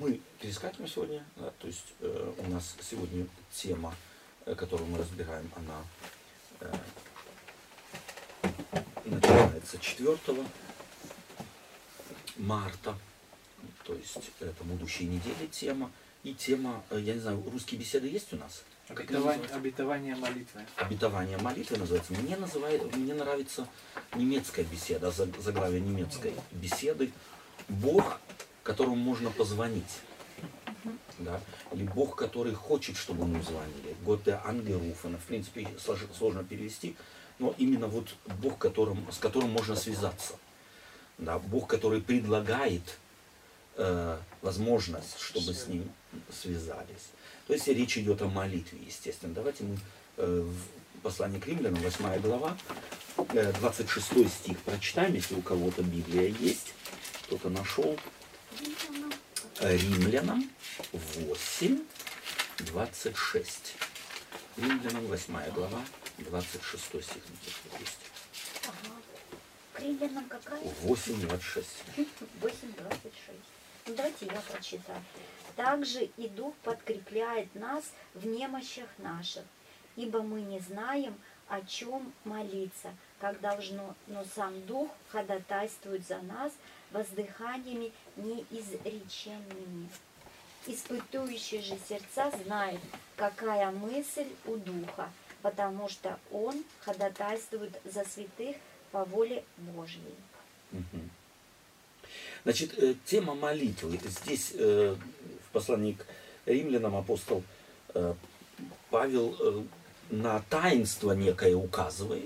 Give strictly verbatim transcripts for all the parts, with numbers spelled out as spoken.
мы перескакиваем сегодня, да, то есть э, у нас сегодня тема, э, которую мы разбираем, она э, начинается четвёртого марта, то есть это будущей недели тема. И тема, э, я не знаю, русские беседы есть у нас? Обетование, обетование молитвы. Обетование молитвы называется. Мне, называет, мне нравится немецкая беседа, заглавие немецкой беседы. Бог, которому можно позвонить. Да? Или Бог, который хочет, чтобы мы звонили. Gott der angerufen. В принципе, сложно перевести. Но именно вот Бог, которым, с которым можно связаться. Да? Бог, который предлагает э, возможность, чтобы с ним связались. То есть речь идет о молитве, естественно. Давайте мы э, в послании к Римлянам, восьмая глава, э, двадцать шестой стих прочитаем, если у кого-то Библия есть. Кто-то нашел. Римлянам восемь, двадцать шесть. Римлянам восьмая глава, двадцать шестой стих. Есть. Ага. Римлянам какая? восемь, двадцать шесть. восемь, двадцать шесть. Ну, давайте я прочитаю. Также и Дух подкрепляет нас в немощах наших, ибо мы не знаем, о чем молиться, как должно, но сам Дух ходатайствует за нас воздыханиями неизреченными. Испытующий же сердца знает, какая мысль у Духа, потому что Он ходатайствует за святых по воле Божьей. Угу. Значит, э, тема молитвы. Здесь э, в послании к Римлянам апостол э, Павел э, на таинство некое указывает,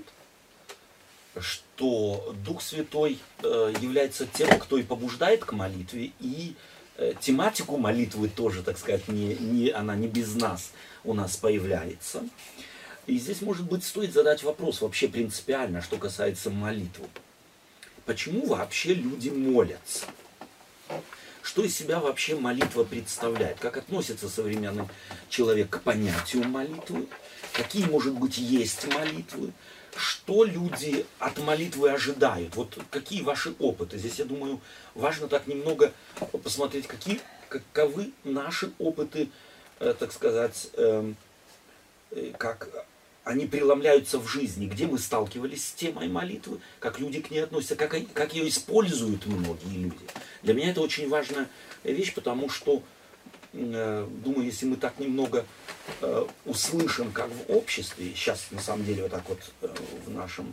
что Дух Святой э, является тем, кто и побуждает к молитве, и э, тематику молитвы тоже, так сказать, не, не, она не без нас у нас появляется. И здесь, может быть, стоит задать вопрос вообще принципиально, что касается молитвы. Почему вообще люди молятся? Что из себя вообще молитва представляет? Как относится современный человек к понятию молитвы? Какие, может быть, есть молитвы? Что люди от молитвы ожидают? Вот какие ваши опыты? Здесь, я думаю, важно так немного посмотреть, какие, каковы наши опыты, э, так сказать, э, э, как они преломляются в жизни, где мы сталкивались с темой молитвы, как люди к ней относятся, как, они, как ее используют многие люди. Для меня это очень важная вещь, потому что, э, думаю, если мы так немного э, услышим, как в обществе, сейчас на самом деле вот так вот э, в нашем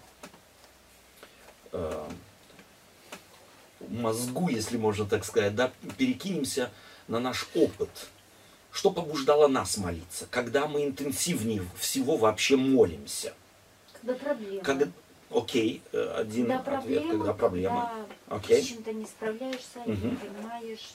э, мозгу, если можно так сказать, да, перекинемся на наш опыт. Что побуждало нас молиться? Когда мы интенсивнее всего вообще молимся? Когда проблема. Когда... Окей, один когда ответ, проблема, когда проблема. Когда Окей. с чем-то не справляешься, Угу. не понимаешь.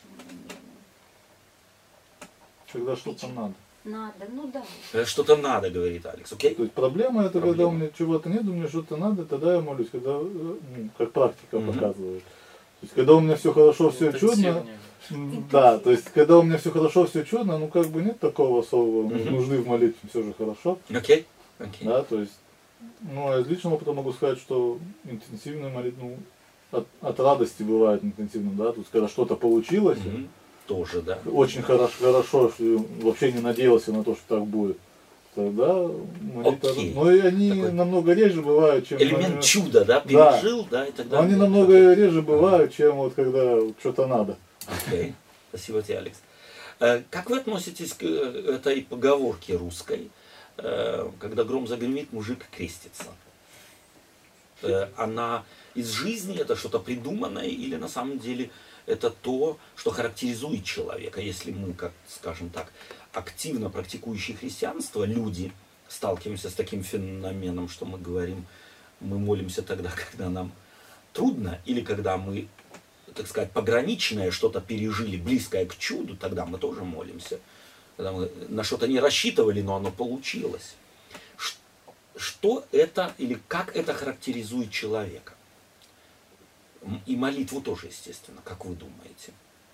Когда что-то надо. Надо, ну да. Что-то надо, говорит Алекс, окей? То есть проблема это, Проблема. когда у меня чего-то нет, у меня что-то надо, тогда я молюсь, когда, ну, как практика Угу. показывает. То есть когда у меня все хорошо, все чудно, да, то есть когда у меня все хорошо, все чудно, ну как бы нет такого особого Угу. нужды в молитве, все же хорошо. Окей, окей. Да, то есть, ну а из личного опыта могу сказать, что интенсивная молитва, ну, от, от радости бывает интенсивным, да, то есть когда что-то получилось, Угу. Тоже, да. очень хорошо, хорошо, что вообще не надеялся на то, что так будет. Тогда молитва, Окей. но и они Такой намного реже бывают, чем... элемент они, чуда, да, пережил, да, да и так но далее. они намного реже бывают, чем вот когда что-то надо. Окей, спасибо тебе, Алекс. Э, Как вы относитесь к э, этой поговорке русской, э, когда гром загремит, мужик крестится? Э, Она из жизни, это что-то придуманное, или на самом деле это то, что характеризует человека? Если мы, как скажем так, активно практикующие христианство, люди, сталкиваемся с таким феноменом, что мы говорим, мы молимся тогда, когда нам трудно, или когда мы, так сказать, пограничное что-то пережили, близкое к чуду, тогда мы тоже молимся. Когда мы на что-то не рассчитывали, но оно получилось. Что это или как это характеризует человека? И молитву тоже, естественно, как вы думаете?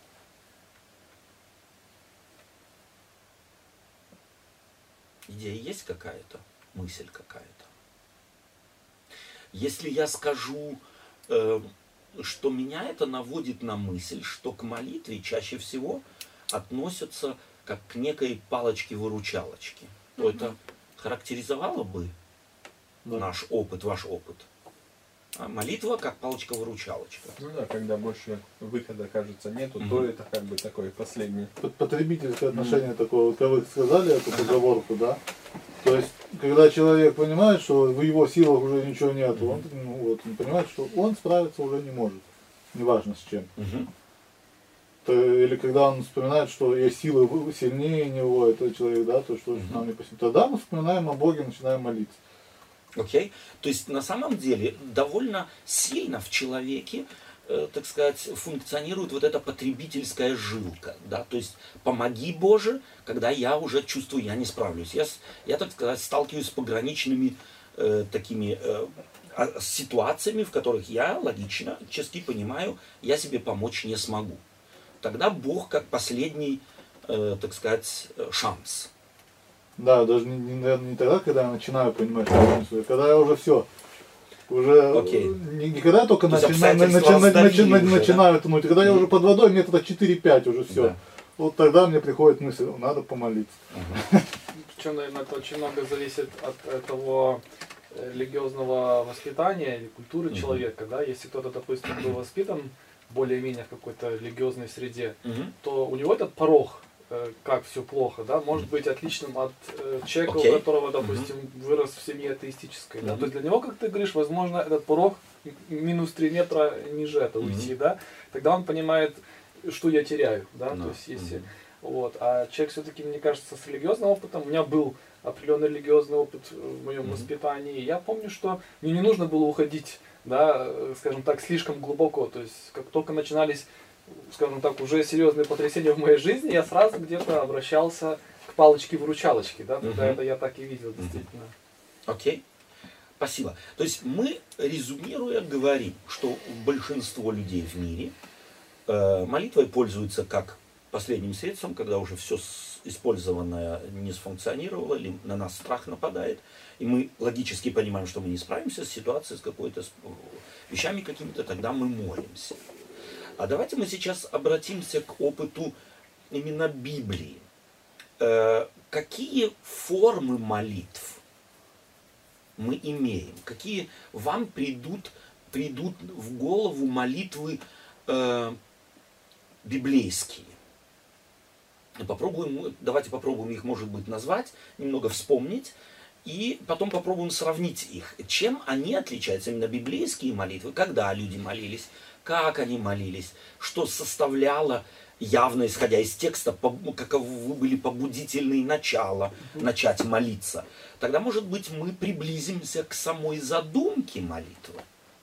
Идея есть какая-то? Мысль какая-то? Если я скажу, э, что меня это наводит на мысль, что к молитве чаще всего относятся как к некой палочке-выручалочке. То Мгм. это характеризовало бы Да. наш опыт, ваш опыт. А молитва как палочка-выручалочка. Ну да, когда больше выхода, кажется, нету, Мгм. то это как бы такой последний. Под- Потребительское отношение такое, вот как вы сказали эту поговорку, да? То есть, когда человек понимает, что в его силах уже ничего нет, он, ну, вот, он понимает, что он справиться уже не может, неважно с чем. Мгм. То- или когда он вспоминает, что есть силы вы- сильнее него, этот человек, да, то что Мгм. нам не по силам. Тогда мы вспоминаем о Боге, начинаем молиться. Окей? То есть на самом деле довольно сильно в человеке, э, так сказать, функционирует вот эта потребительская жилка. Да? То есть помоги, Боже, когда я уже чувствую, я не справлюсь. Я, с- я так сказать, сталкиваюсь с пограничными э, такими э, а- ситуациями, в которых я логично, честно понимаю, я себе помочь не смогу. Тогда Бог как последний, э, так сказать, э, шанс. Да, даже не, не, наверное, не тогда, когда я начинаю понимать, что я несу, а когда я уже все. Уже Окей. не, не когда я только То есть начина- на- обстоятельства начи- на- раздавили начи- уже, начинаю тонуть, когда я Мгм. уже под водой, метра четыре-пять уже все. Да. Вот тогда мне приходит мысль, надо помолиться. Причем, наверное, это очень много зависит от э, того э, религиозного воспитания или культуры Мгм. человека. Да? Если кто-то, допустим, был воспитан более-менее в какой-то религиозной среде, Мгм. то у него этот порог, э, как все плохо, да, может быть отличным от э, человека, Окей. у которого, допустим, вырос в семье атеистической. Да? Мгм. То есть для него, как ты говоришь, возможно, этот порог м- минус три метра ниже это Мгм. уйти, да, тогда он понимает, что я теряю, да, Да. то есть если... Мгм. Вот. А человек все-таки, мне кажется, с религиозным опытом, у меня был определенный религиозный опыт в моем Мгм. воспитании, и я помню, что мне не нужно было уходить, да, э, скажем так, слишком глубоко. То есть, как только начинались, скажем так, уже серьезные потрясения в моей жизни, я сразу где-то обращался к палочке-выручалочке, да, тогда Мгм. это я так и видел, действительно. Окей. Спасибо. То есть мы, резюмируя, говорим, что большинство людей в мире э, молитвой пользуются как последним средством, когда уже все использованное не сфункционировало, или на нас страх нападает, и мы логически понимаем, что мы не справимся с ситуацией, с какой-то с вещами какими-то, тогда мы молимся. А давайте мы сейчас обратимся к опыту именно Библии. Э, какие формы молитв мы имеем? Какие вам придут, придут в голову молитвы э, библейские? Попробуем, давайте попробуем их, может быть, назвать, немного вспомнить, и потом попробуем сравнить их. Чем они отличаются, именно библейские молитвы, когда люди молились, как они молились, что составляло, явно исходя из текста, поб- каковы были побудительные начала начать молиться. Тогда, может быть, мы приблизимся к самой задумке молитвы.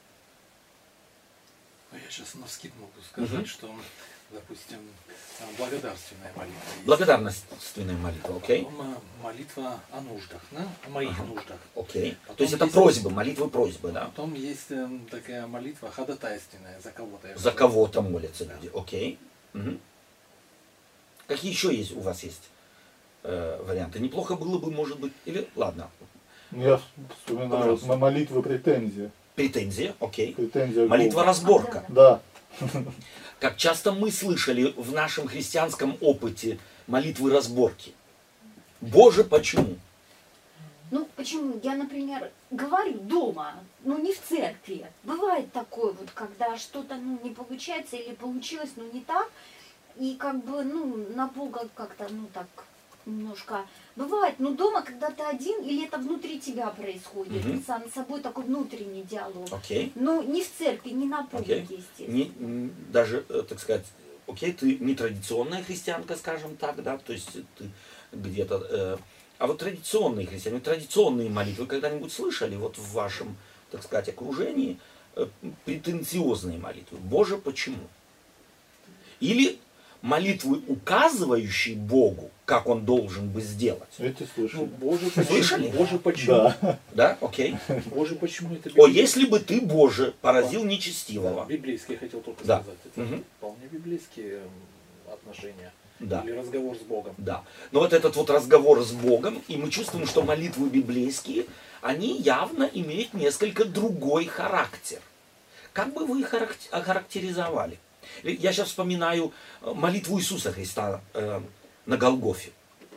Ну, я сейчас навскид могу сказать, Мгм. что, допустим, там благодарственная молитва есть. Благодарственная молитва, окей? Потом э, молитва о нуждах, да? О моих Ага. нуждах. Окей. Потом То есть это есть- просьбы, молитвы просьбы, да? Потом есть э, такая молитва ходатайственная за кого-то. Я За говорю. кого-то молятся Да. люди, окей. Мгм. Какие еще есть у вас есть э, варианты? Неплохо было бы, может быть, или, ладно, Я вспоминаю Пожалуйста. м- молитвы претензия. претензия, окей. Претензия к Молитва Богу. разборка. Да. Как часто мы слышали в нашем христианском опыте молитвы разборки. Боже, почему? Ну, почему? Я, например, говорю дома, ну не в церкви. Бывает такое вот, когда что-то ну, не получается или получилось, но не так. И как бы, ну, на Бога как-то, ну так, немножко бывает. Но дома, когда ты один, или это внутри тебя происходит, Мгм. ты сам с собой такой внутренний диалог. Окей. Но не в церкви, не на публике, Окей. естественно. Не, м, даже, э, так сказать, окей, ты не традиционная христианка, скажем так, да, то есть ты где-то... э, а вот традиционные христиане, традиционные молитвы когда-нибудь слышали вот в вашем, так сказать, окружении э, претенциозные молитвы? Боже, почему? Или молитвы, указывающие Богу, как он должен бы сделать? Эти Ну, слышали. Боже, Слышали? почему? Боже, почему? Да. Да, окей. Боже, почему это О, библейское? если бы ты, Боже, поразил нечестивого. Библейский, я хотел только Да. сказать. Это Мгм. вполне библейские м, отношения. Да. Или разговор с Богом. Да. Но вот этот вот разговор с Богом, и мы чувствуем, что молитвы библейские, они явно имеют несколько другой характер. как бы вы их характер- охарактеризовали? Я сейчас вспоминаю молитву Иисуса Христа э, на Голгофе.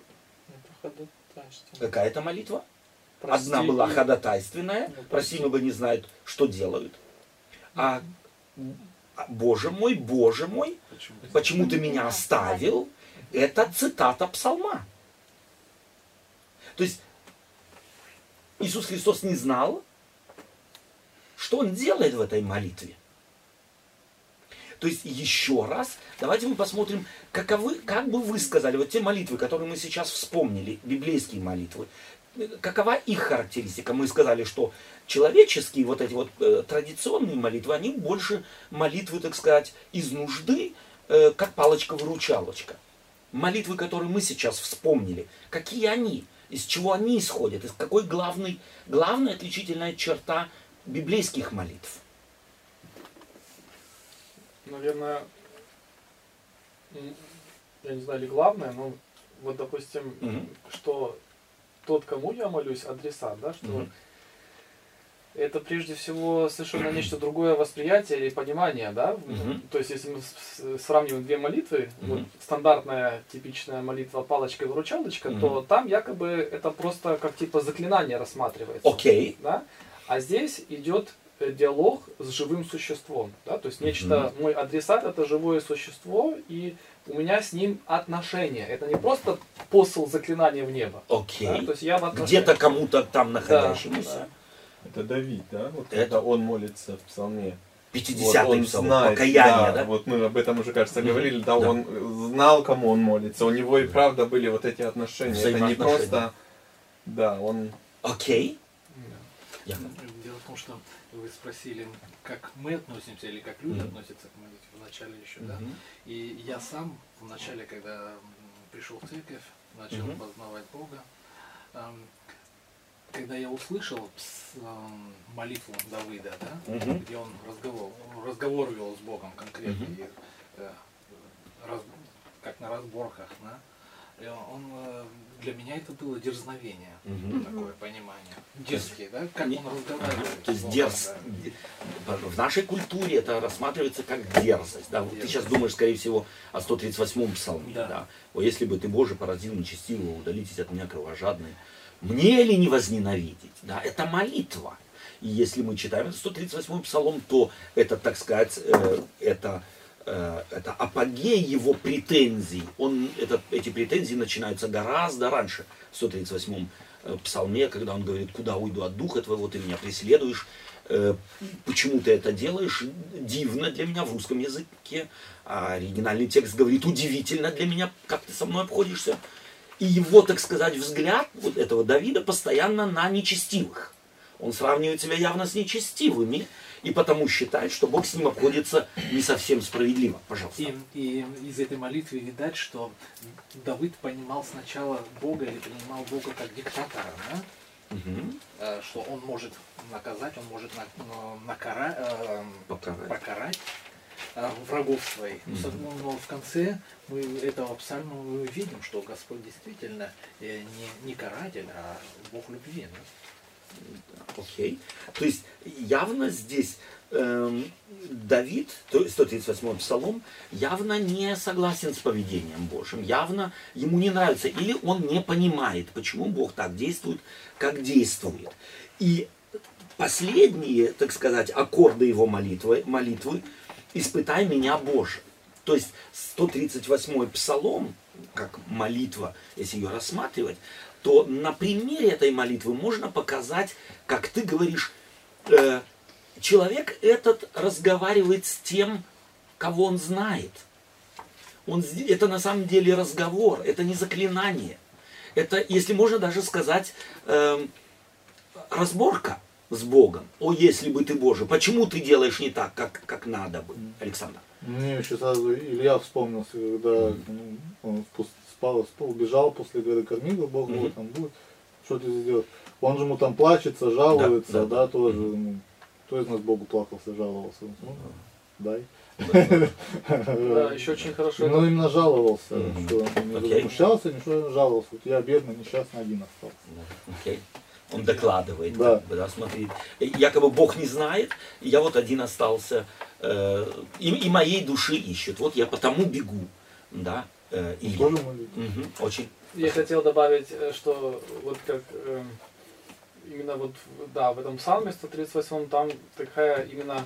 Какая это молитва? Прости Одна была и- ходатайственная, Ну, прости, прости. ибо не знают, что делают. А Боже мой, Боже мой, Почему? почему ты меня оставил? Это цитата псалма. То есть Иисус Христос не знал, что Он делает в этой молитве. То есть еще раз, давайте мы посмотрим, каковы, как бы вы сказали, вот те молитвы, которые мы сейчас вспомнили, библейские молитвы, какова их характеристика? Мы сказали, что человеческие, вот эти вот э, традиционные молитвы, они больше молитвы, так сказать, из нужды, э, как палочка-выручалочка. Молитвы, которые мы сейчас вспомнили, какие они, из чего они исходят, из какой главной, главная отличительная черта библейских молитв? Наверное, м, я не знаю, ли главное, но вот, допустим, Мгм. что тот, кому я молюсь, адресат, да, что Мгм. это прежде всего совершенно нечто другое восприятие или понимание, да. Мгм. То есть, если мы с- с- сравниваем две молитвы, Мгм. вот стандартная типичная молитва палочка-выручалочка, Мгм. то там якобы это просто как типа заклинание рассматривается. Окей. Да? А здесь идет э, диалог с живым существом. Да? То есть нечто, мой адресат это живое существо, и у меня с ним отношения. Это не просто посыл заклинания в небо. Да? Окей. То есть я в отношениях. Где-то кому-то там Да, находящемуся. да. Это Давид, да? Вот Это- когда он молится в псалме. пятидесятый Вот он псалом, знает, покаяние, да? Вот мы об этом уже, кажется, Мгм. говорили, да, Да. он знал, кому он молится. У него и правда были вот эти отношения. Это не Взаимоотношения. просто, да, он... Окей. Да. Я- Дело в том, что вы спросили, как мы относимся или как люди Мгм. относятся к молитве в начале еще, да? Мгм. И я сам в начале, когда м, пришел в церковь, начал Мгм. познавать Бога, эм, когда я услышал пс- эм, молитву Давида, да, Мгм. где он разговор, разговор вел с Богом конкретно, Мгм. и, э, раз- как на разборках, да, и он, э, для меня это было дерзновение, Мгм. такое понимание. Дерзкий, да, как Не- он разговаривает. То с есть Богом, дерз... да. в нашей культуре это рассматривается как дерзость. Да? Вот Ты Дерзость. сейчас думаешь, скорее всего, о сто тридцать восьмом псалме. Да. Да. «О, если бы ты, Боже, поразил нечестивого, удалитесь от меня кровожадные. Мне ли не возненавидеть?» Да? Это молитва. И если мы читаем сто тридцать восьмой псалом, то это, так сказать, э, это, э, это апогей его претензий. Он, это, эти претензии начинаются гораздо раньше, в сто тридцать восьмом э, псалме, когда он говорит: «Куда уйду от духа твоего, ты меня преследуешь, э, почему ты это делаешь?» Дивно для меня в русском языке. А оригинальный текст говорит: «Удивительно для меня, как ты со мной обходишься». И его, так сказать, взгляд вот этого Давида постоянно на нечестивых. Он сравнивает себя явно с нечестивыми, и потому считает, что Бог с ним обходится не совсем справедливо. Пожалуйста. И, и из этой молитвы видать, что Давид понимал сначала Бога или понимал Бога как диктатора, да? Мгм. Э, что он может наказать, он может на, на- накара- э, Покарать. покарать э, врагов своих. Но, Мгм. но- но в конце мы этого псалма мы видим, что Господь действительно э, не, не каратель, а Бог любви. Да? Окей. То есть явно здесь эм, Давид, то есть сто тридцать восьмой псалом, явно не согласен с поведением Божьим. Явно ему не нравится. Или он не понимает, почему Бог так действует, как действует. И последние, так сказать, аккорды его молитвы, молитвы «Испытай меня, Боже». То есть сто тридцать восьмой псалом, как молитва, если ее рассматривать, то на примере этой молитвы можно показать, как ты говоришь, э, человек этот разговаривает с тем, кого он знает. Он, сде- это на самом деле разговор, это не заклинание. Это, если можно даже сказать, эм, разборка с Богом. «О, если бы ты, Боже, почему ты делаешь не так, как, как надо бы?» Александр. Мне еще сразу Илья вспомнился, когда ну, он пус- спал, спал, убежал после горы Кормила, Бог Мгм. вот там будет, что ты сделал. Он же ему там плачется, жалуется, Да, да, да, да. тоже. Мгм. Ну, кто из нас Богу плакался, жаловался? Ну, дай. Да, еще очень хорошо. Ну, именно жаловался, Мгм. что он не Окей. возмущался, ничего, жаловался. Вот я бедный, несчастный, один остался. Да, окей. Он докладывает, Да. как бы, да, смотри. Якобы Бог не знает, я вот один остался, э, и, и моей души ищут. Вот я потому бегу, да, э, Илья. Тоже молитва. Мгм, очень. Я хотел добавить, э, что вот как э, именно вот, да, в этом псалме сто тридцать восьмом там такая именно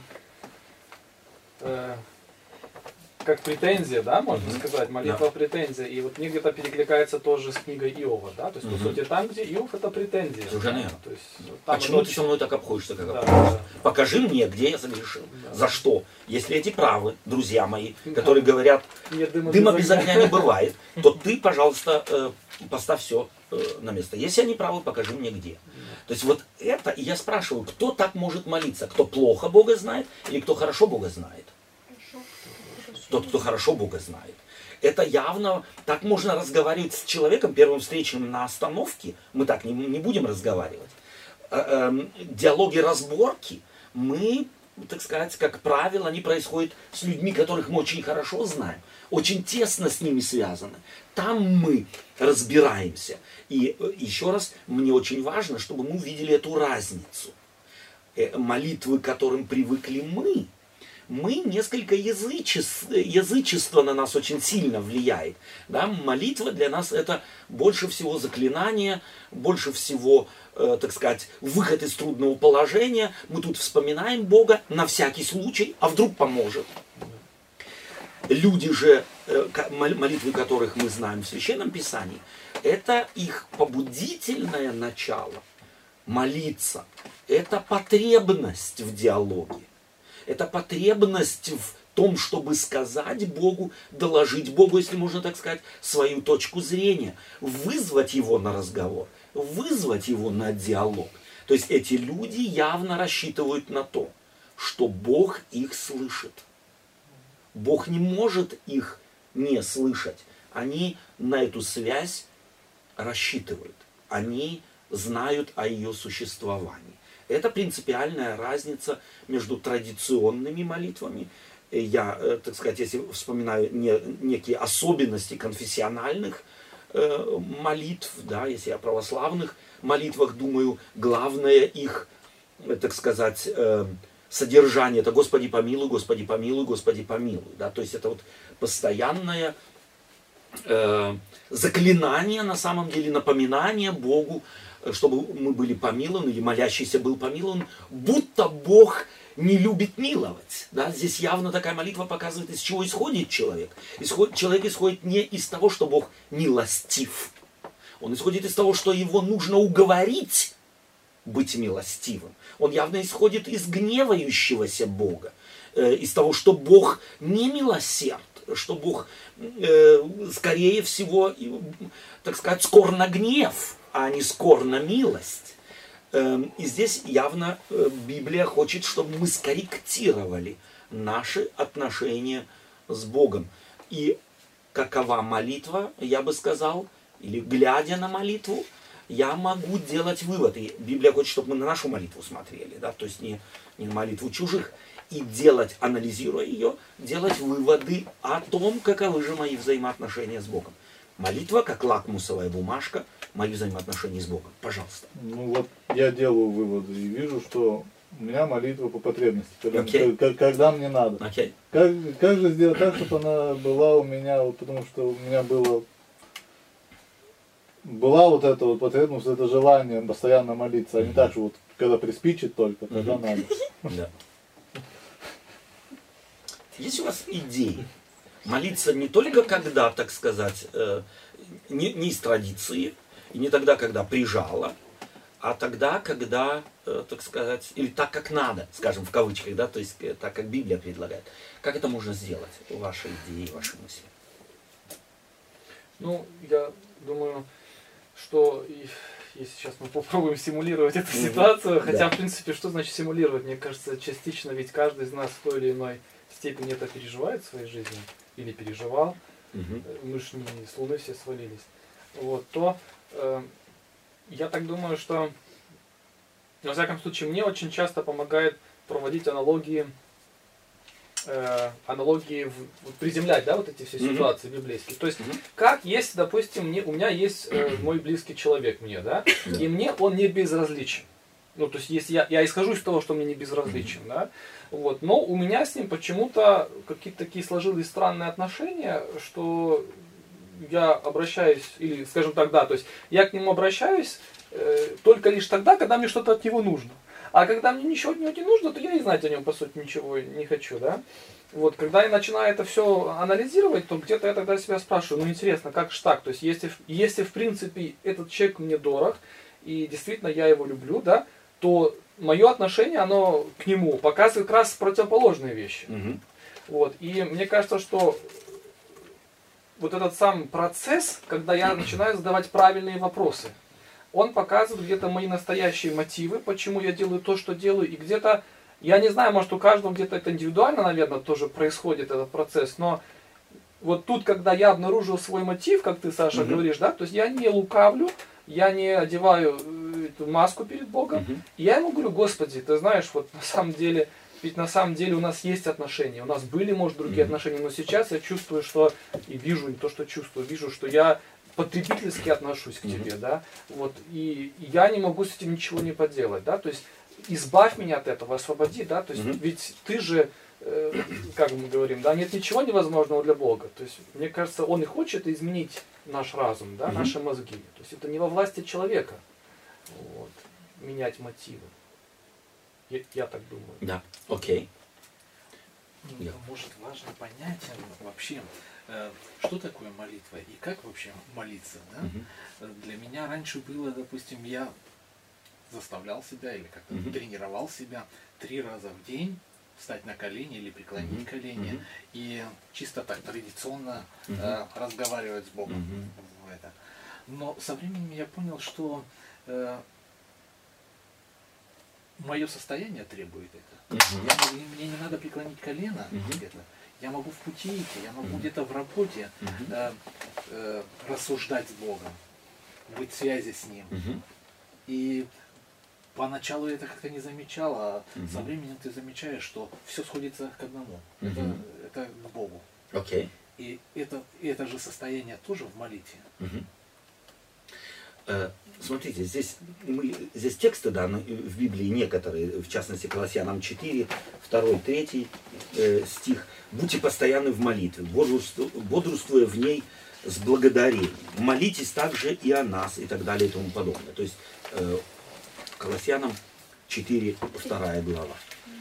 э, как претензия, да, можно Мгм. сказать, молитва претензия. И вот мне где-то перекликается тоже с книгой Иова, да, то есть, Мгм. по сути, там, где Иов, это претензия. Совершенно да, верно. то есть, там Почему это ты со мной так обходишься, как Да, обходишься? да. Покажи мне, где я согрешил. Да. За что? Если эти правы, друзья мои, Да. которые говорят, Нет дыма, дыма без огня не бывает, то ты, пожалуйста, э, поставь все на место. Если они правы, покажи мне где. То есть вот это, и я спрашиваю, кто так может молиться? Кто плохо Бога знает или кто хорошо Бога знает? Тот, кто хорошо Бога знает. Это явно, так можно разговаривать с человеком, первым встречным на остановке, мы так не, не будем разговаривать. Э, э, диалоги, разборки, мы, так сказать, как правило, они происходят с людьми, которых мы очень хорошо знаем, очень тесно с ними связаны. Там мы разбираемся. И э, еще раз, мне очень важно, чтобы мы увидели эту разницу. Э, молитвы, к которым привыкли мы, мы несколько язычество, язычество на нас очень сильно влияет. Да? Молитва для нас это больше всего заклинание, больше всего, э, так сказать, выход из трудного положения. Мы тут вспоминаем Бога на всякий случай, а вдруг поможет. Люди же, э, молитвы которых мы знаем в Священном Писании, это их побудительное начало. Молиться. Это потребность в диалоге. Это потребность в том, чтобы сказать Богу, доложить Богу, если можно так сказать, свою точку зрения, вызвать его на разговор, вызвать его на диалог. То есть эти люди явно рассчитывают на то, что Бог их слышит. Бог не может их не слышать. Они на эту связь рассчитывают. Они знают о ее существовании. Это принципиальная разница между традиционными молитвами. Я, так сказать, если вспоминаю не, некие особенности конфессиональных э, молитв, да, если о православных молитвах думаю, главное их, так сказать, э, содержание, это «Господи помилуй, Господи помилуй, Господи помилуй». Да, то есть это вот постоянное э, заклинание, на самом деле, напоминание Богу, чтобы мы были помилованы, или молящийся был помилован, будто Бог не любит миловать. Да? Здесь явно такая молитва показывает, из чего исходит человек. Исход, человек исходит не из того, что Бог милостив. Он исходит из того, что его нужно уговорить быть милостивым. Он явно исходит из гневающегося Бога, э, из того, что Бог не милосерд, что Бог, э, скорее всего, э, так сказать, скор на гнев, а не скор на милость. И здесь явно Библия хочет, чтобы мы скорректировали наши отношения с Богом. И какова молитва, я бы сказал, или глядя на молитву, я могу делать вывод. И Библия хочет, чтобы мы на нашу молитву смотрели, да? То есть не, не на молитву чужих. И делать, анализируя ее, делать выводы о том, каковы же мои взаимоотношения с Богом. Молитва, как лакмусовая бумажка, мои взаимоотношения с Богом. Пожалуйста. Ну вот я делаю выводы и вижу, что у меня молитва по потребности, когда, Okay. когда, когда мне надо. Okay. Как, как же сделать так, чтобы она была у меня, вот, потому что у меня было, была вот эта вот потребность, это желание постоянно молиться, а не так, что вот когда приспичит только, тогда Мгм. надо. Да. Есть у вас идеи? Молиться не только когда, так сказать, э, не, не из традиции, и не тогда, когда прижало, а тогда, когда, э, так сказать, или так, как надо, скажем, в кавычках, да, то есть э, так, как Библия предлагает. Как это можно сделать? Ваши идеи, ваши мысли. Ну, я думаю, что и- если сейчас мы попробуем симулировать эту Мгм. ситуацию, хотя, Да. в принципе, что значит симулировать? Мне кажется, частично ведь каждый из нас в той или иной степени это переживает в своей жизни, или переживал, Мгм. мы же не с Луны все свалились, вот, то э, я так думаю, что, во всяком случае, мне очень часто помогает проводить аналогии э, аналогии в, вот приземлять, да, вот эти все Мгм. ситуации библейские. То есть, Мгм. как если, допустим, мне, у меня есть э, мой близкий человек мне, да, Да. и мне он не безразличен. Ну, то есть, если я, я исхожу из того, что мне не безразличен, да, вот, но у меня с ним почему-то какие-то такие сложились странные отношения, что я обращаюсь, или, скажем так, да, то есть, я к нему обращаюсь э, только лишь тогда, когда мне что-то от него нужно. А когда мне ничего от него не нужно, то я и знать о нем, по сути, ничего не хочу, да. Вот, когда я начинаю это все анализировать, то где-то я тогда себя спрашиваю, ну, интересно, как же так? То есть, если, в- если, в принципе, этот человек мне дорог, и действительно я его люблю, да, то мое отношение, оно к нему показывает как раз противоположные вещи. Мгм. Вот, и мне кажется, что вот этот сам процесс, когда я начинаю задавать правильные вопросы, он показывает где-то мои настоящие мотивы, почему я делаю то, что делаю, и где-то, я не знаю, может у каждого где-то это индивидуально, наверное, тоже происходит этот процесс, но вот тут, когда я обнаружил свой мотив, как ты, Саша, Мгм. говоришь, да, то есть я не лукавлю, я не одеваю э, эту маску перед Богом, Мгм. и я ему говорю, Господи, ты знаешь, вот на самом деле, ведь на самом деле у нас есть отношения, у нас были, может, другие Мгм. отношения, но сейчас я чувствую, что, и вижу не то, что чувствую, вижу, что я потребительски отношусь к Мгм. тебе, да, вот, и я не могу с этим ничего не поделать, да, то есть избавь меня от этого, освободи, да, то есть Мгм. ведь ты же, э, как мы говорим, да, нет ничего невозможного для Бога, то есть мне кажется, Он и хочет изменить наш разум, да, Мгм. наши мозги, то есть это не во власти человека, вот, менять мотивы, я, я так думаю. Да, окей. Ну, Я. Может, важно понять э, вообще, э, что такое молитва и как вообще молиться. Да? Мгм. Э, Для меня раньше было, допустим, я заставлял себя или как-то Мгм. тренировал себя три раза в день встать на колени или преклонить Мгм. колени Мгм. и чисто так традиционно Мгм. э, разговаривать с Богом. Мгм. В это. Но со временем я понял, что э, мое состояние требует это. Мгм. Я могу- мне не надо преклонить колено Мгм. где-то. Я могу в пути идти, я могу Мгм. где-то в работе Мгм. э, э, рассуждать с Богом, быть в связи с Ним. Мгм. И поначалу я это как-то не замечал, а Мгм. со временем ты замечаешь, что все сходится к одному. Это, Мгм. это к Богу. Окей. И это, и это же состояние тоже в молитве. Мгм. Э, Смотрите, здесь, мы, здесь тексты, да, ну, и в Библии некоторые, в частности, Колоссянам четыре, второй, третий э, стих. «Будьте постоянны в молитве, бодрству- бодрствуя в ней с благодарением. Молитесь также и о нас», и так далее, и тому подобное. То есть, э, Колоссянам четыре, вторая глава.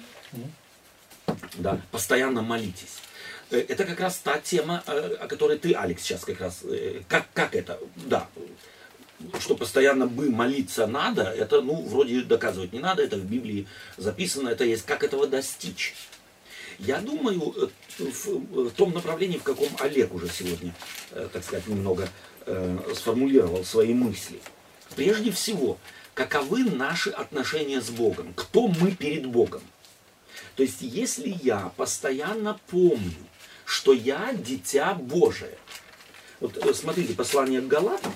Да, постоянно молитесь. Э, Это как раз та тема, э, о которой ты, Алекс, сейчас как раз... э, Как, как это? Да, что постоянно бы молиться надо, это, ну, вроде доказывать не надо, это в Библии записано, это есть, как этого достичь. Я думаю, э, в, в том направлении, в каком Олег уже сегодня, э, так сказать, немного э, сформулировал свои мысли. Прежде всего, каковы наши отношения с Богом? Кто мы перед Богом? То есть, если я постоянно помню, что я дитя Божие. Вот э, смотрите, послание к Галатам.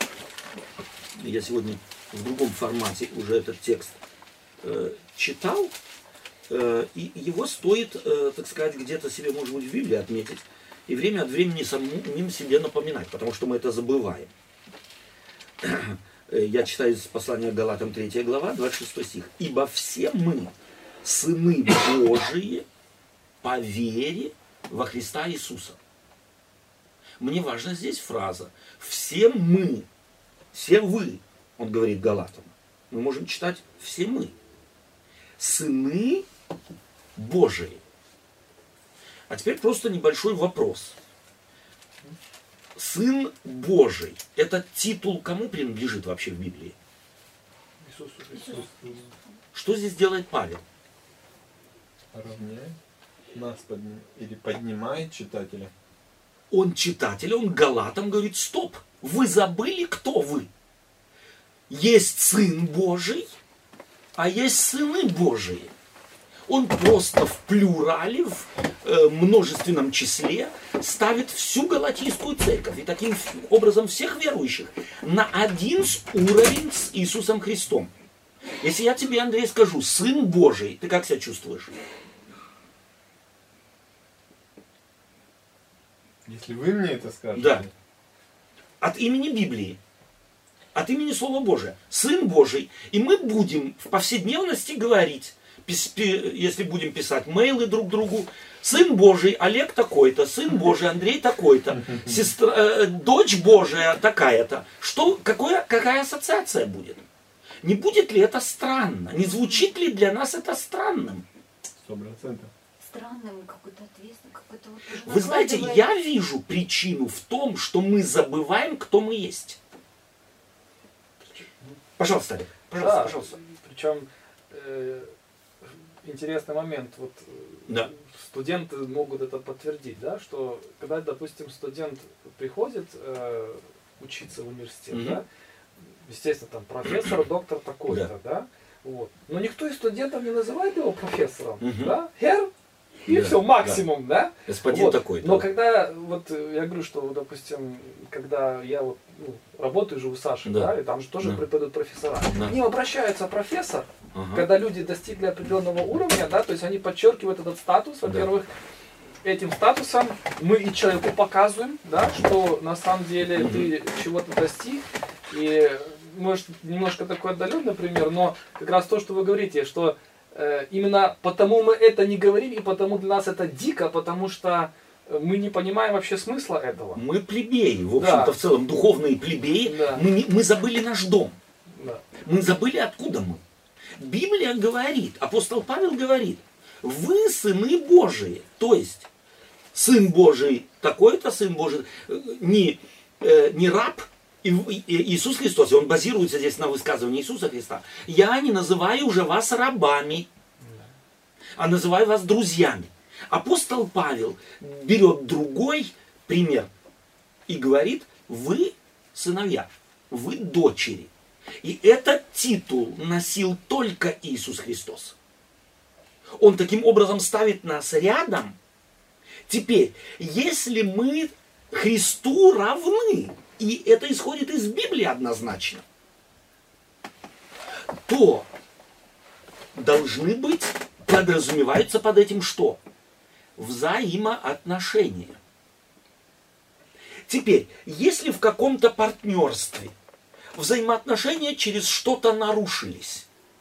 Я сегодня в другом формате уже этот текст э, читал. Э, и его стоит, э, так сказать, где-то себе, может быть, в Библии отметить. И время от времени самим себе напоминать, потому что мы это забываем. Э, Я читаю из послания к Галатам третья глава, двадцать шестой стих. «Ибо все мы, сыны Божии, по вере во Христа Иисуса». Мне важна здесь фраза «все мы». Все вы, он говорит Галатам. Мы можем читать все мы. Сыны Божии. А теперь просто небольшой вопрос. Сын Божий. Этот титул кому принадлежит вообще в Библии? Иисусу Христу. Что здесь делает Павел? Равняет нас подним... или поднимает читателя. Он читатель, он Галатам говорит, стоп, вы забыли, кто вы? Есть Сын Божий, а есть сыны Божии. Он просто в плюрале, в э, множественном числе ставит всю галатийскую церковь и таким образом всех верующих на один уровень с Иисусом Христом. Если я тебе, Андрей, скажу, Сын Божий, ты как себя чувствуешь? Если вы мне это скажете. Да. От имени Библии. От имени Слова Божия. Сын Божий. И мы будем в повседневности говорить, если будем писать мейлы друг другу, сын Божий Олег такой-то, сын Божий Андрей такой-то, сестра, э, дочь Божия такая-то. Что, какое, какая ассоциация будет? Не будет ли это странно? Не звучит ли для нас это странным? Сто процентов. Странным, какой-то ответственный, какой-то вот уже Вы знаете, накладывает- я вижу причину в том, что мы забываем, кто мы есть. Пожалуйста, Олег. Пожалуйста, Да, пожалуйста. Причем э, интересный момент. Вот э, Да. студенты могут это подтвердить, да, что когда, допустим, студент приходит э, учиться в университет, Мгм. да, естественно, там профессор, доктор такой-то, да, вот. Но никто из студентов не называет его профессором, Мгм. да, хер, и Да, все, максимум, да. Господин Вот. такой-то. Но когда, вот э, я говорю, что, допустим, когда я вот ну, работаю, живу с Сашей, Да. да, и там же тоже Да. преподают профессора, Да. к ним обращается профессор, Ага. когда люди достигли определенного уровня, да, то есть они подчеркивают этот статус, Да. во-первых, этим статусом мы и человеку показываем, да, что на самом деле Мгм. ты чего-то достиг, и может немножко такой отдаленный пример, но как раз то, что вы говорите, что э, именно потому мы это не говорим, и потому для нас это дико, потому что мы не понимаем вообще смысла этого. Мы плебеи, в общем-то, Да. в целом, духовные плебеи. Да. Мы, не- мы забыли наш дом. Да. Мы забыли, откуда мы. Библия говорит, апостол Павел говорит, вы сыны Божии. То есть, сын Божий такой-то, сын Божий, э, не, э, не раб, и- и- Иисус Христос, и он базируется здесь на высказывании Иисуса Христа. Я не называю уже вас рабами, а называю вас друзьями. Апостол Павел берет другой пример и говорит, вы сыновья, вы дочери. И этот титул носил только Иисус Христос. Он таким образом ставит нас рядом. Теперь, если мы Христу равны, и это исходит из Библии однозначно, то должны быть, подразумевается под этим что? Взаимоотношения. Теперь, если в каком-то партнерстве взаимоотношения через что-то нарушились,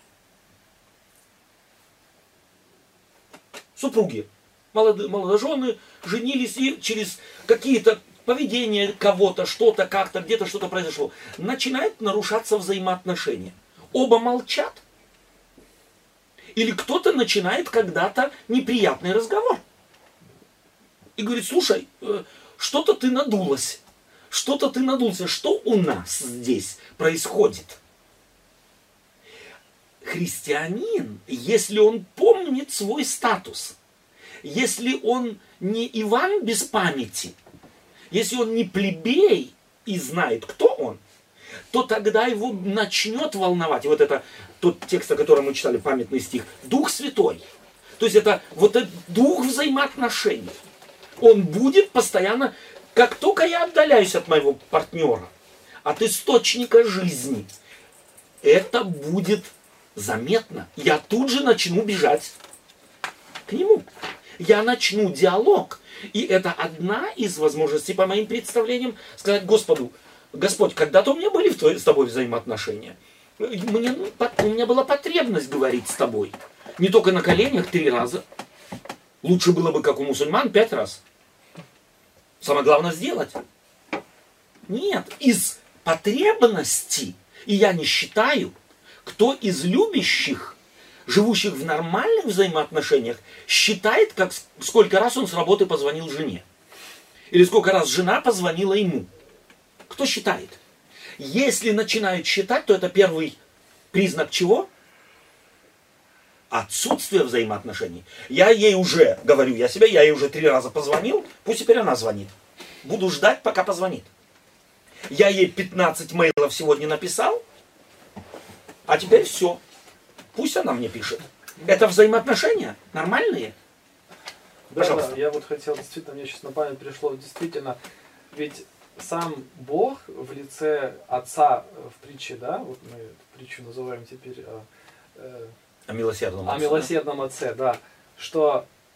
супруги, молоды- молодожены женились и через какие-то поведения кого-то, что-то, как-то, где-то что-то произошло, начинают нарушаться взаимоотношения. Оба молчат. Или кто-то начинает когда-то неприятный разговор. И говорит, слушай, э, что-то ты надулась. Что-то ты надулся. Что у нас здесь происходит? Христианин, если он помнит свой статус, если он не Иван без памяти, если он не плебей и знает, кто он, то тогда его начнет волновать. И вот это тот текст, о котором мы читали, памятный стих, Дух Святой. То есть это вот этот дух взаимоотношений. Он будет постоянно, как только я отдаляюсь от моего партнера, от источника жизни, это будет заметно. Я тут же начну бежать к нему. Я начну диалог. И это одна из возможностей, по моим представлениям, сказать Господу, Господь, когда-то у меня были в твои- с тобой взаимоотношения. Мне, ну, по- у меня была потребность говорить с тобой. Не только на коленях три раза. Лучше было бы, как у мусульман, пять раз. Самое главное сделать. Нет, из потребности, и я не считаю, кто из любящих, живущих в нормальных взаимоотношениях, считает, как, сколько раз он с работы позвонил жене. Или сколько раз жена позвонила ему. Кто считает? Если начинают считать, то это первый признак чего? Отсутствие взаимоотношений. Я ей уже, говорю я себе, я ей уже три раза позвонил, пусть теперь она звонит. Буду ждать, пока позвонит. Я ей пятнадцать мейлов сегодня написал, а теперь все. Пусть она мне пишет. Это взаимоотношения нормальные? Да, Пожалуйста. да, я вот хотел, действительно, мне сейчас на память пришло, действительно, ведь сам Бог в лице Отца в притче, да, вот мы эту притчу называем теперь э, э, О милосердном о отце, милосердном Отце, да, что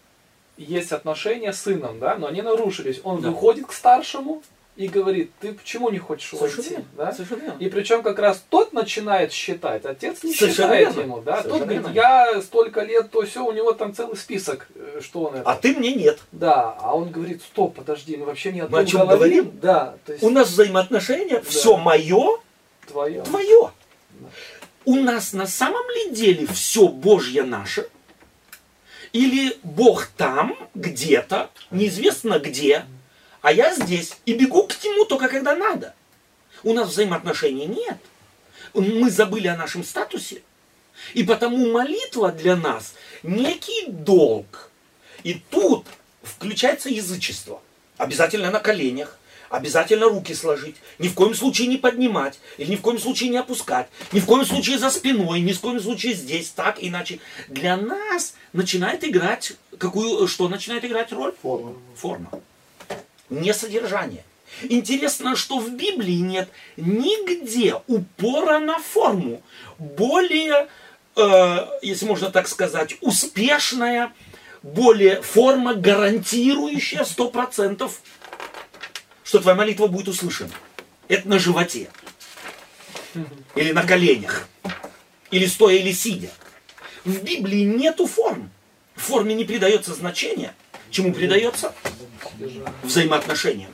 есть отношения с сыном, да, но они нарушились. Он Да. выходит к старшему и говорит, ты почему не хочешь Совершенно уйти? верно. Да? Совершенно верно. И причем как раз тот начинает считать, отец не Совершенно считает верно. ему, да, тот Совершенно говорит, верно. я столько лет, то все, у него там целый список, э, что он это. А ты мне нет. Да, а он говорит, стоп, подожди, мы вообще не о Мы о том чем говорим. говорим? Да, то есть У нас взаимоотношения, Да. все мое, твое. твое. У нас на самом ли деле все Божье наше? Или Бог там, где-то, неизвестно где, а я здесь и бегу к нему только когда надо? У нас взаимоотношений нет. Мы забыли о нашем статусе. И потому молитва для нас некий долг. И тут включается язычество. Обязательно на коленях. Обязательно руки сложить, ни в коем случае не поднимать, или ни в коем случае не опускать, ни в коем случае за спиной, ни в коем случае здесь, так, иначе. Для нас начинает играть, какую, что начинает играть роль? Форма. Форма. Не содержание. Интересно, что в Библии нет нигде упора на форму. Более, э, если можно так сказать, успешная, более форма, гарантирующая сто процентов, что твоя молитва будет услышана. Это на животе. Или на коленях. Или стоя, или сидя. В Библии нету форм. В форме не придается значения. Чему придается? Взаимоотношениям.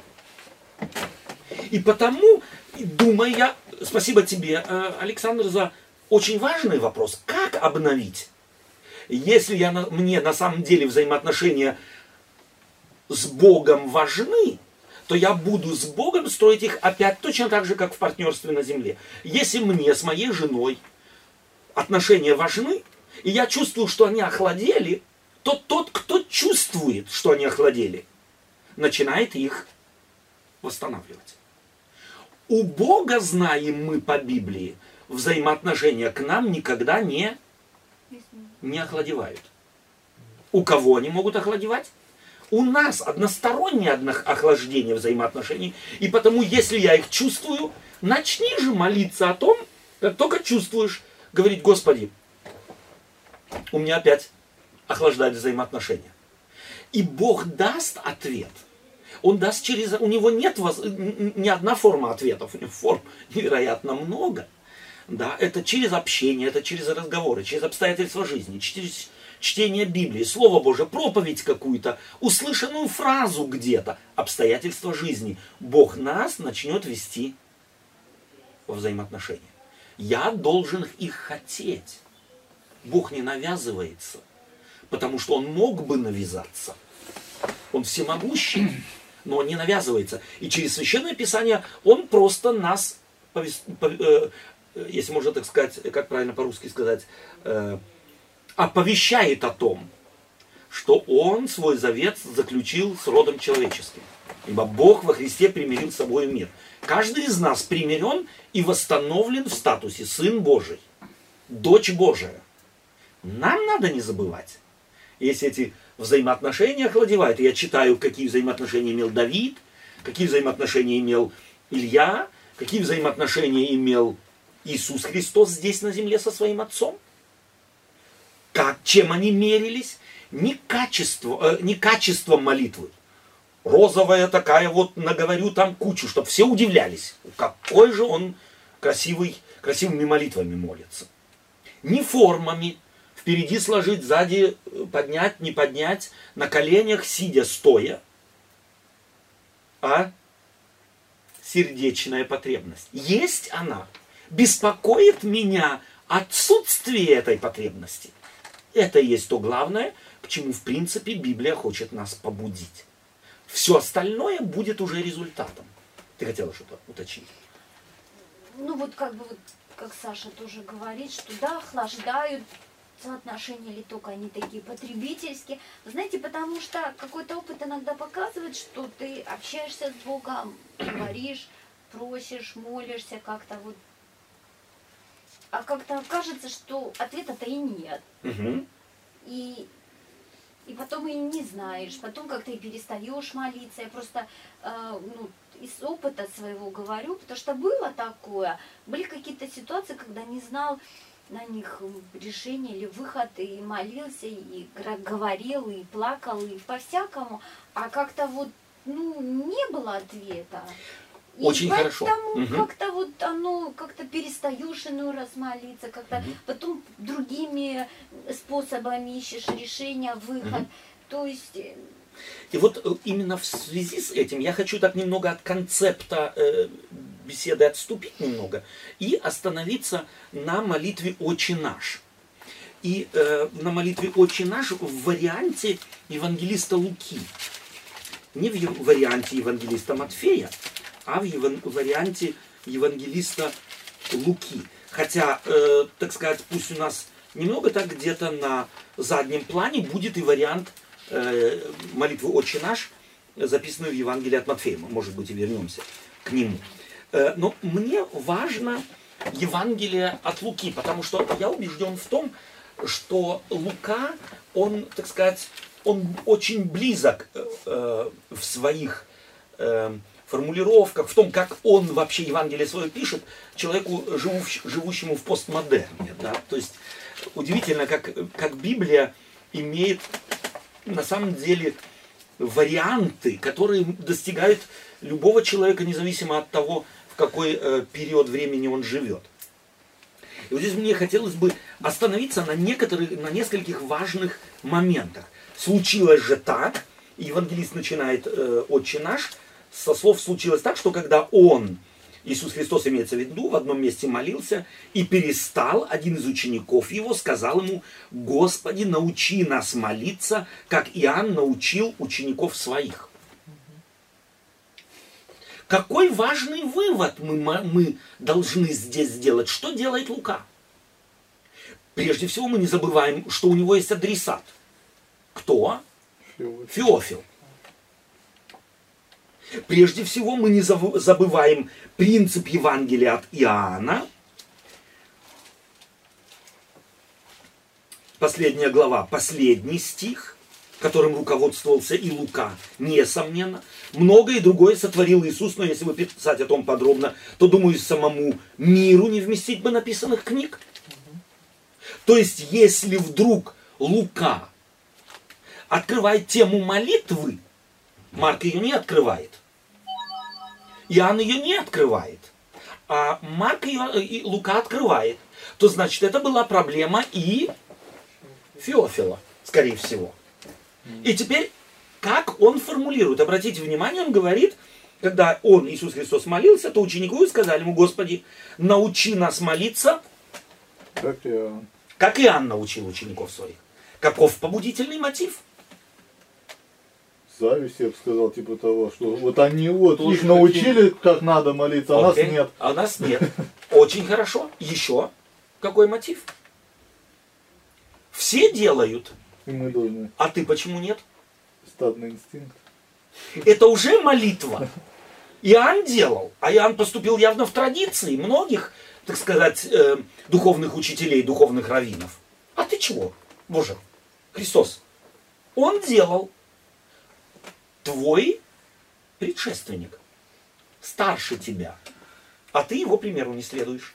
И потому, думая, спасибо тебе, Александр, за очень важный вопрос. Как обновить? Если я, мне на самом деле взаимоотношения с Богом важны, то я буду с Богом строить их опять точно так же, как в партнерстве на земле. Если мне с моей женой отношения важны, и я чувствую, что они охладели, то тот, кто чувствует, что они охладели, начинает их восстанавливать. У Бога, знаем мы по Библии, взаимоотношения к нам никогда не, не охладевают. У кого они могут охладевать? У нас одностороннее охлаждение взаимоотношений, и потому, если я их чувствую, начни же молиться о том, как только чувствуешь, говорить: Господи, у меня опять охлаждают взаимоотношения. И Бог даст ответ. Он даст через... У него нет воз... не одна форма ответов, у него форм невероятно много. Да, это через общение, это через разговоры, через обстоятельства жизни, через чтение Библии, Слово Божие, проповедь какую-то, услышанную фразу где-то, обстоятельства жизни. Бог нас начнет вести во взаимоотношения. Я должен их хотеть. Бог не навязывается, потому что Он мог бы навязаться. Он всемогущий, но Он не навязывается. И через Священное Писание Он просто нас, если можно так сказать, как правильно по-русски сказать, оповещает о том, что Он свой завет заключил с родом человеческим. Ибо Бог во Христе примирил с собой мир. Каждый из нас примирен и восстановлен в статусе Сын Божий, Дочь Божия. Нам надо не забывать, если эти взаимоотношения охладевают. Я читаю, какие взаимоотношения имел Давид, какие взаимоотношения имел Илья, какие взаимоотношения имел Иисус Христос здесь на земле со своим Отцом. Как, чем они мерились? Не, качество, э, не качеством молитвы. Розовая такая вот, наговорю там кучу, чтобы все удивлялись. Какой же он красивый, красивыми молитвами молится. Не формами. Впереди сложить, сзади поднять, не поднять, на коленях, сидя, стоя. А сердечная потребность. Есть она. Беспокоит меня отсутствие этой потребности. Это и есть то главное, к чему, в принципе, Библия хочет нас побудить. Все остальное будет уже результатом. Ты хотела что-то уточнить? Ну вот как бы, вот, как Саша тоже говорит, что да, охлаждают отношения, или только они такие потребительские. Вы знаете, потому что какой-то опыт иногда показывает, что ты общаешься с Богом, говоришь, просишь, молишься как-то вот. А как-то кажется, что ответа-то и нет. Угу. И, и потом и не знаешь, потом как-то и перестаешь молиться. Я просто э, ну, из опыта своего говорю, потому что было такое. Были какие-то ситуации, когда не знал, на них решение или выход, и молился, и гра- говорил, и плакал, и по-всякому, а как-то вот, ну, не было ответа. И Очень хорошо. поэтому Мгм. как-то вот оно, как-то перестаешь иной раз молиться, как-то Мгм. потом другими способами ищешь решение, выход. Мгм. То есть, э, И вот э, именно в связи с этим я хочу так немного от концепта э, беседы отступить немного и остановиться на молитве «Отче наш». И э, на молитве «Отче наш» в варианте евангелиста Луки. Не в ев- варианте евангелиста Матфея, а в еван- варианте евангелиста Луки. Хотя, э, так сказать, пусть у нас немного так где-то на заднем плане будет и вариант э, молитвы «Отче наш», записанную в Евангелии от Матфея. Мы, может быть, и вернемся к нему. Э, но мне важно Евангелие от Луки, потому что я убежден в том, что Лука, он, так сказать, он очень близок э, в своих э, формулировках, в том, как он вообще Евангелие свое пишет, человеку, живущ- живущему в постмодерне. Да? То есть удивительно, как, как Библия имеет на самом деле варианты, которые достигают любого человека, независимо от того, в какой э, период времени он живет. И вот здесь мне хотелось бы остановиться на некоторых, на нескольких важных моментах. Случилось же так, и евангелист начинает э, «Отче наш», со слов «случилось так», что когда он, Иисус Христос имеется в виду, в одном месте молился и перестал, один из учеников его сказал ему: «Господи, научи нас молиться, как Иоанн научил учеников своих». Какой важный вывод мы, мы должны здесь сделать? Что делает Лука? Прежде всего, мы не забываем, что у него есть адресат. Кто? Феофил. Феофил. Прежде всего, мы не забываем принцип Евангелия от Иоанна. Последняя глава, последний стих, которым руководствовался и Лука, несомненно. Многое другое сотворил Иисус, но если бы писать о том подробно, то, думаю, самому миру не вместить бы написанных книг. То есть, если вдруг Лука открывает тему молитвы, Марк ее не открывает. Иоанн ее не открывает. А Марк ее, и Лука открывает. То значит, это была проблема и Феофила, скорее всего. И теперь, как он формулирует? Обратите внимание, он говорит, когда он, Иисус Христос, молился, то ученику сказали ему: «Господи, научи нас молиться, Как Иоанн. как Иоанн научил учеников своих». Каков побудительный мотив? Зависть, я бы сказал, типа того, что вот они вот Тоже их научили, как надо молиться, а Окей. нас нет. А нас нет. Очень хорошо. Еще какой мотив? Все делают, И мы должны. а ты почему нет? Стадный инстинкт. Это уже молитва. Иоанн делал, а Иоанн поступил явно в традиции многих, так сказать, э, духовных учителей, духовных раввинов. А ты чего, Боже, Христос? Он делал. Твой предшественник старше тебя, а ты его примеру не следуешь.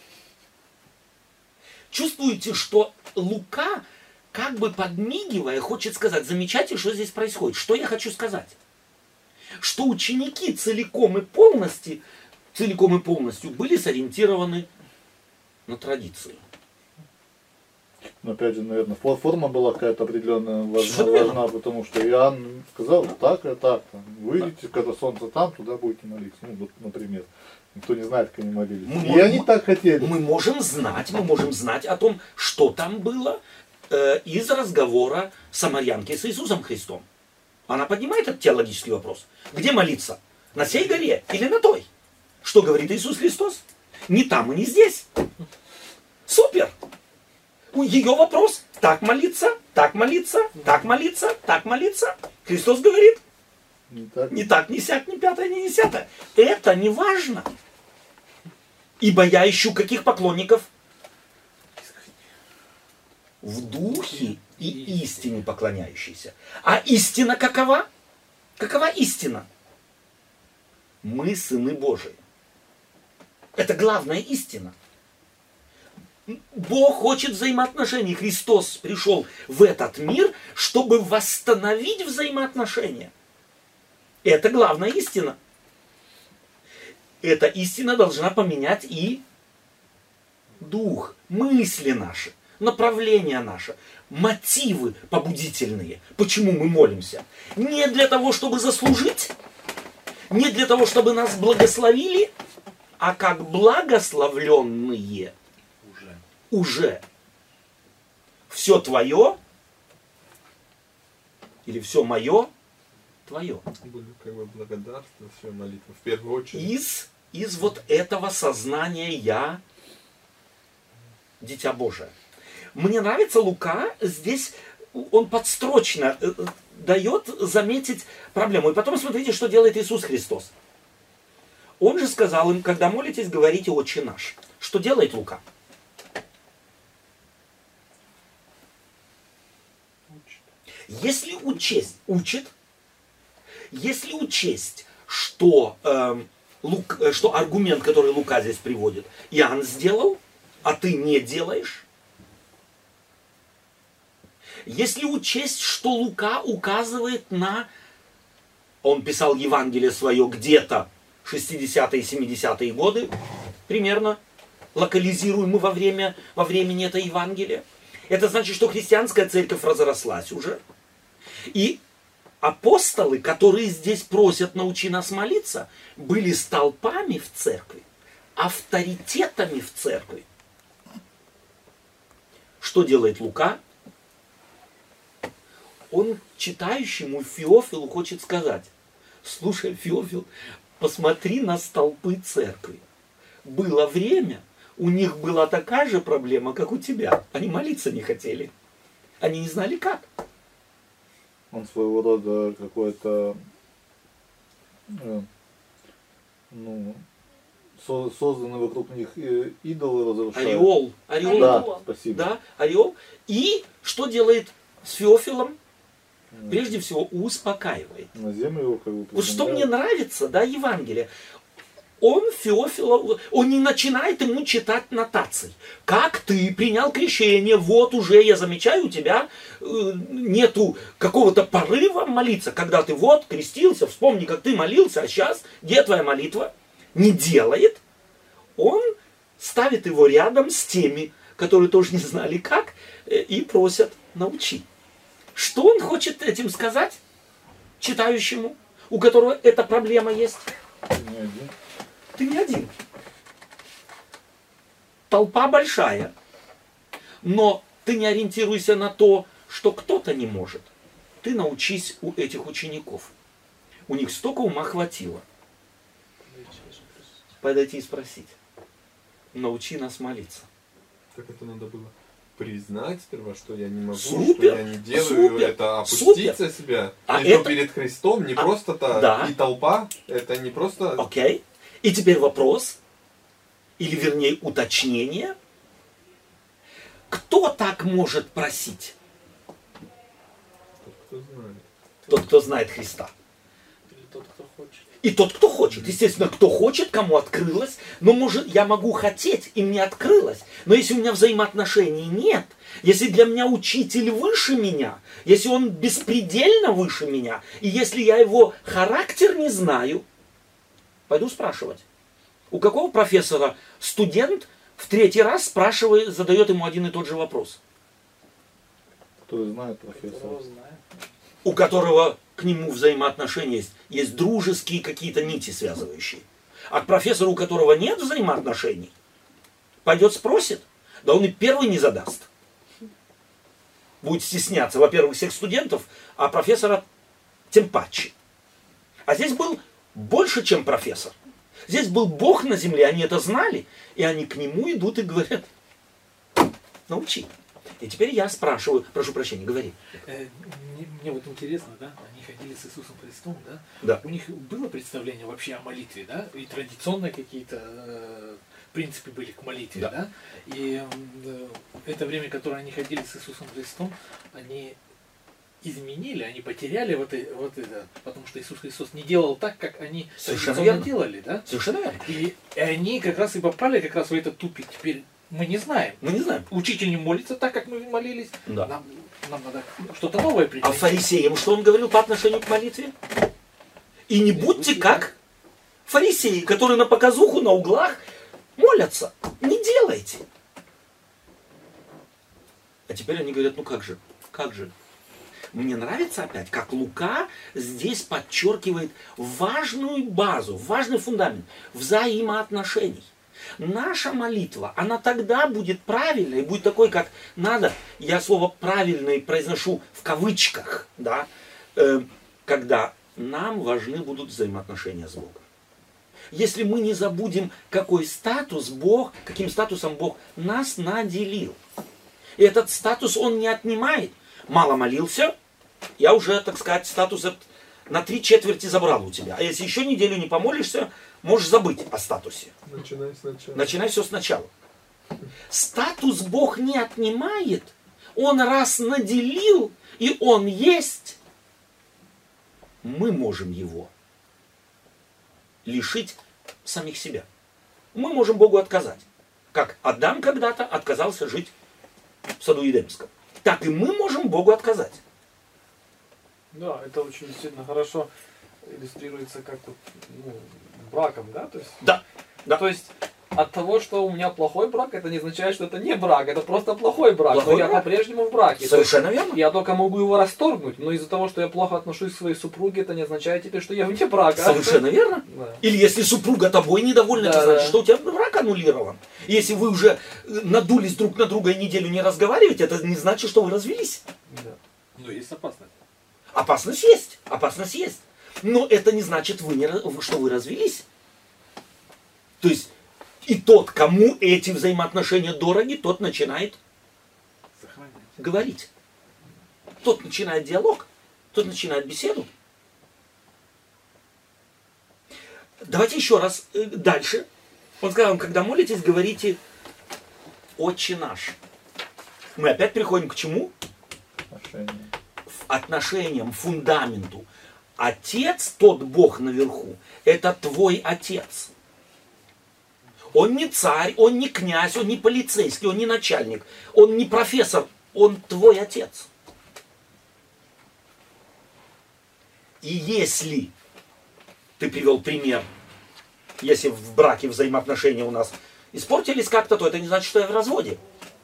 Чувствуете, что Лука, как бы подмигивая, хочет сказать: замечайте, что здесь происходит. Что я хочу сказать? Что ученики целиком и полностью, целиком и полностью были сориентированы на традицию. Но опять же, наверное, фор- форма была какая-то определенная важна, Совершенно верно. важна, потому что Иоанн сказал: так и так. Выйдите, когда солнце там, туда будете молиться. Ну, вот, например. Никто не знает, как они молились. Мы И можем- они так хотели. Мы можем знать, мы можем знать о том, что там было э, из разговора самарянки с Иисусом Христом. Она поднимает этот теологический вопрос. Где молиться? На сей горе или на той? Что говорит Иисус Христос? Не там и не здесь. Супер! Ее вопрос: так молиться, так молиться, так молиться, так молиться. Христос говорит: Не так. ни так, ни сяк, ни пятое, ни десятое. Это не важно. Ибо я ищу каких поклонников? В духе и истине поклоняющиеся. А истина какова? Какова истина? Мы сыны Божии. Это главная истина. Бог хочет взаимоотношений. Христос пришел в этот мир, чтобы восстановить взаимоотношения. Это главная истина. Эта истина должна поменять и дух, мысли наши, направления наши, мотивы побудительные. Почему мы молимся? Не для того, чтобы заслужить, не для того, чтобы нас благословили, а как благословленные Уже. уже. Все твое или все мое твое. Буду как бы благодарствовать за свою молитву в первую очередь. Из, из вот этого сознания я дитя Божие. Мне нравится Лука, здесь он подстрочно э, дает заметить проблему. И потом смотрите, что делает Иисус Христос. Он же сказал им, когда молитесь, говорите «Отче наш». Что делает Лука? Если учесть, учит, если учесть, что, э, Лук, что аргумент, который Лука здесь приводит, Иоанн сделал, а ты не делаешь. Если учесть, что Лука указывает на... Он писал Евангелие свое где-то шестидесятые и семидесятые годы, примерно, локализируемый во, время, во времени это Евангелие. Это значит, что христианская церковь разрослась уже. И апостолы, которые здесь просят «научи нас молиться», были столпами в церкви, авторитетами в церкви. Что делает Лука? Он читающему Феофилу хочет сказать: слушай, Феофил, посмотри на столпы церкви. Было время, у них была такая же проблема, как у тебя. Они молиться не хотели. Они не знали как. Он своего рода какой-то, э, ну, со, созданный вокруг них э, идолы разрушают. Ореол. Ореол. Да, спасибо. Да, ореол. И что делает с Феофилом? Прежде всего успокаивает. На землю его как бы Вот что мне приземляют. нравится, да, Евангелие. Он Феофила, он не начинает ему читать нотаций. Как ты принял крещение, вот уже я замечаю, у тебя э, нету какого-то порыва молиться. Когда ты вот крестился, вспомни, как ты молился, а сейчас, где твоя молитва? Не делает. Он ставит его рядом с теми, которые тоже не знали как, э, и просят научи. Что он хочет этим сказать читающему, у которого эта проблема есть? Не один. Ты не один. Толпа большая. Но ты не ориентируйся на то, что кто-то не может. Ты научись у этих учеников. У них столько ума хватило. Подойти и спросить. Научи нас молиться. Как это надо было? Признать сперва, что я не могу, Супер, что я не делаю супер, это, опуститься супер. себя. А Между это- перед Христом, не а, просто-то да. и толпа, это не просто... Окей. И теперь вопрос, или вернее уточнение. Кто так может просить? Кто знает. Тот, кто знает Христа. Или тот, кто хочет. И тот, кто хочет. Естественно, кто хочет, кому открылось. Но может, я могу хотеть, и мне открылось. Но если у меня взаимоотношений нет, если для меня учитель выше меня, если он беспредельно выше меня, и если я его характер не знаю, пойду спрашивать. У какого профессора студент в третий раз спрашивает, задает ему один и тот же вопрос? Кто знает профессора. Которого знает. У которого к нему взаимоотношения есть, есть дружеские какие-то нити связывающие. А к профессору, у которого нет взаимоотношений, пойдет спросит, да он и первый не задаст. Будет стесняться, во-первых, всех студентов, а профессора тем паче. А здесь был больше, чем профессор. Здесь был Бог на земле, они это знали, и они к нему идут и говорят: научи. И теперь я спрашиваю, прошу прощения, говори. Э, Мне, мне вот интересно, да, они ходили с Иисусом Христом, да? Да. У них было представление вообще о молитве, да? И традиционные какие-то э, принципы были к молитве, Да. да? И э, это время, которое они ходили с Иисусом Христом, они изменили, они потеряли вот, и- вот это, потому что Иисус Христос не делал так, как они Совершенно традиционно верно. делали, да? Совершенно верно. И, и они как раз и попали как раз в этот тупик. Теперь мы не знаем. Мы не знаем. Учитель не молится так, как мы молились. Да. Нам, нам надо что-то новое А придумать. фарисеям что он говорил по отношению к молитве? И не будьте как фарисеи, которые на показуху, на углах молятся. Не делайте. А теперь они говорят, ну как же, как же. Мне нравится опять, как Лука здесь подчеркивает важную базу, важный фундамент взаимоотношений. Наша молитва, она тогда будет правильной, будет такой, как надо. Я слово «правильный» произношу в кавычках, да, э, когда нам важны будут взаимоотношения с Богом. Если мы не забудем, какой статус Бог, каким статусом Бог нас наделил. И этот статус Он не отнимает. Мало молился, я уже, так сказать, статус на три четверти забрал у тебя. А если еще неделю не помолишься, можешь забыть о статусе. Начинай сначала. Начинай все сначала. Статус Бог не отнимает. Он раз наделил, и Он есть. Мы можем его лишить самих себя. Мы можем Богу отказать. Как Адам когда-то отказался жить в саду Едемском. Так и мы можем Богу отказать. Да, это очень действительно хорошо иллюстрируется как вот, ну, браком, да? То есть, Да, да. то есть от того, что у меня плохой брак, это не означает, что это не брак, это просто плохой брак. Плохой но я брак. по-прежнему в браке. Совершенно верно. Я только могу его расторгнуть, но из-за того, что я плохо отношусь к своей супруге, это не означает теперь, что я вне брака. Совершенно верно. Да. Или если супруга тобой недовольна, Да, это значит, да. что у тебя брак аннулирован. Если вы уже надулись друг на друга и неделю не разговариваете, это не значит, что вы развелись. Да. Ну, есть опасность. Опасность есть. Опасность есть. Но это не значит, вы не, раз- что вы развелись. То есть и тот, кому эти взаимоотношения дороги, тот начинает Сохранять. говорить. Тот начинает диалог, тот начинает беседу. Давайте еще раз э, дальше. Он сказал, когда молитесь, говорите «Отче наш». Мы опять приходим к чему? Отношения. В отношениям, фундаменту. Отец, тот Бог наверху, это твой отец. Он не царь, он не князь, он не полицейский, он не начальник, он не профессор, он твой отец. И если, ты привел пример, если в браке взаимоотношения у нас испортились как-то, то это не значит, что я в разводе.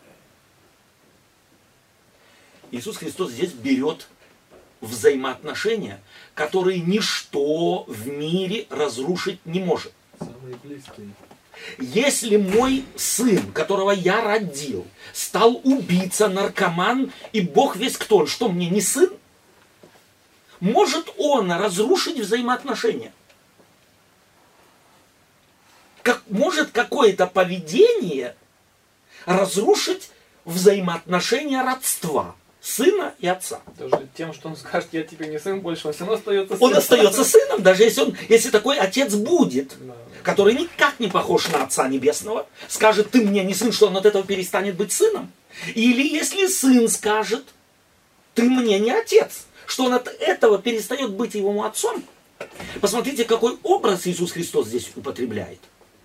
Иисус Христос здесь берет взаимоотношения, которые ничто в мире разрушить не может. Самые близкие. Если мой сын, которого я родил, стал убийца, наркоман и Бог весь кто он, что мне не сын? Может он разрушить взаимоотношения? Как, может какое-то поведение разрушить взаимоотношения родства сына и отца? Даже тем, что он скажет, я тебе не сын больше, он все равно остается Он сыном. остается сыном, даже если, он, если такой отец будет, Да. который никак не похож на Отца Небесного, скажет, ты мне не сын, что он от этого перестанет быть сыном. Или если сын скажет, ты мне не отец, что он от этого перестает быть его отцом. Посмотрите, какой образ Иисус Христос здесь употребляет.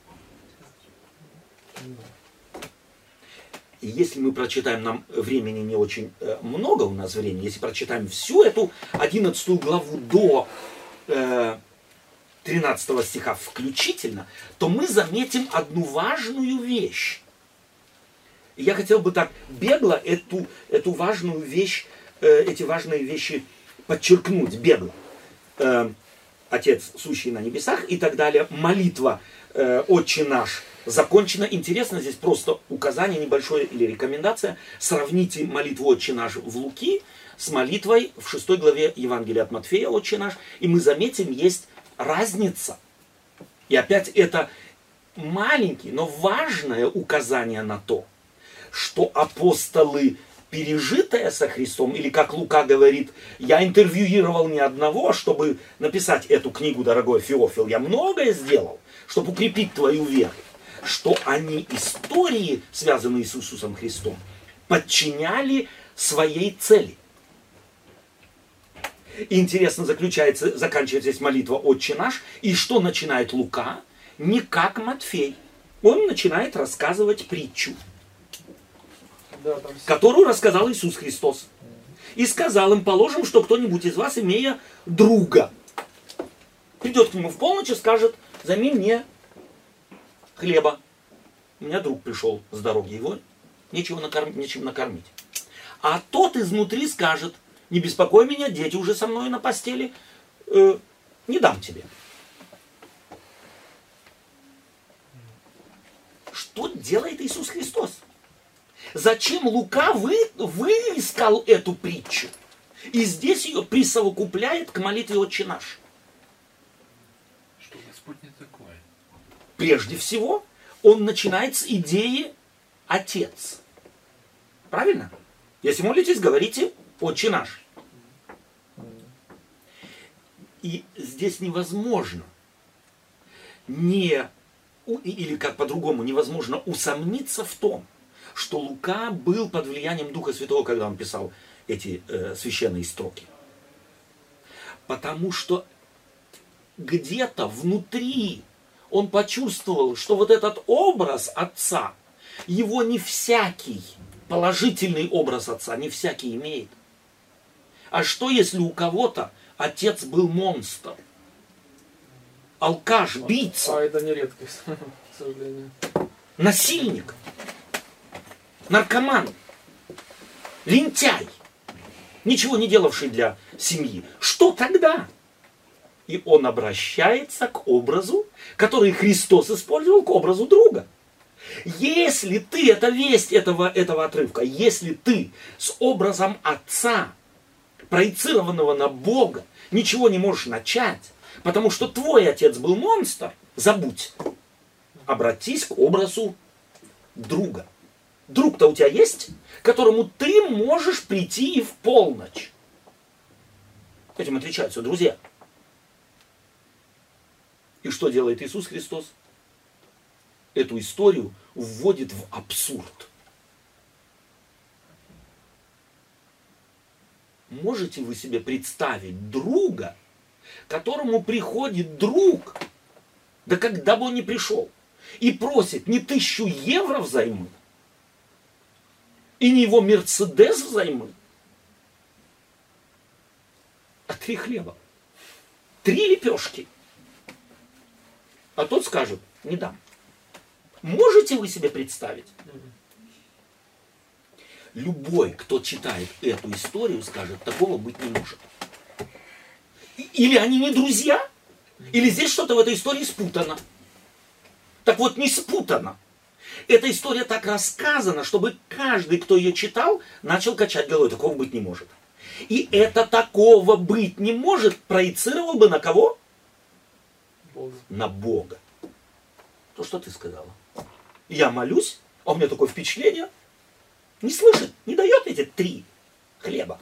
И если мы прочитаем, нам времени не очень э, много у нас времени, если прочитаем всю эту одиннадцатую главу до э, тринадцатого стиха включительно, то мы заметим одну важную вещь. И я хотел бы так бегло эту, эту важную вещь, э, эти важные вещи подчеркнуть, бегло. Э, Отец, сущий на небесах и так далее, молитва э, «Отче наш» закончена. Интересно, здесь просто указание небольшое или рекомендация. Сравните молитву «Отче наш» в Луки с молитвой в шестой главе Евангелия от Матфея «Отче наш», и мы заметим, есть разница. И опять это маленький, но важное указание на то, что апостолы, пережитое со Христом, или как Лука говорит, я интервьюировал не одного, чтобы написать эту книгу, дорогой Феофил, я многое сделал, чтобы укрепить твою веру, что они истории, связанные с Иисусом Христом, подчиняли своей цели. И интересно заключается, заканчивается здесь молитва «Отче наш», и что начинает Лука? Не как Матфей. Он начинает рассказывать притчу. Да, там все- которую рассказал Иисус Христос. И сказал им: положим, что кто-нибудь из вас, имея друга, придет к нему в полночь и скажет: займи мне хлеба. У меня друг пришел с дороги, его нечего накорм... нечем накормить. А тот изнутри скажет: не беспокой меня, дети уже со мной на постели, э, не дам тебе. Что делает Иисус Христос? Зачем Лука вы, выискал эту притчу? И здесь ее присовокупляет к молитве «Отче наш». Что Господь не такое. Прежде всего, он начинает с идеи «Отец». Правильно? Если молитесь, говорите «Отче наш». И здесь невозможно не, или как по-другому, невозможно усомниться в том, что Лука был под влиянием Духа Святого, когда он писал эти э, священные строки. Потому что где-то внутри он почувствовал, что вот этот образ Отца, его не всякий, положительный образ Отца, не всякий имеет. А что, если у кого-то Отец был монстр? Алкаш, бийца, А это не редкость, к сожалению. насильник, наркоман, лентяй, ничего не делавший для семьи. Что тогда? И он обращается к образу, который Христос использовал, к образу друга. Если ты, это весть этого, этого отрывка, если ты с образом Отца, проецированного на Бога, ничего не можешь начать, потому что твой отец был монстр, забудь. Обратись к образу друга. Друг-то у тебя есть, к которому ты можешь прийти и в полночь. Этим отличаются друзья. И что делает Иисус Христос? Эту историю вводит в абсурд. Можете вы себе представить друга, которому приходит друг, да когда бы он ни пришел, и просит не тысячу евро взаймы, и не его Мерседес взаймы, а три хлеба, три лепешки. А тот скажет: не дам. Можете вы себе представить? Любой, кто читает эту историю, скажет: такого быть не может. Или они не друзья, или здесь что-то в этой истории спутано. Так вот, не спутано. Эта история так рассказана, чтобы каждый, кто ее читал, начал качать головой. Такого быть не может. И это такого быть не может проецировал бы на кого? Бог. На Бога. То, что ты сказала. Я молюсь, а у меня такое впечатление. Не слышит, не дает эти три хлеба.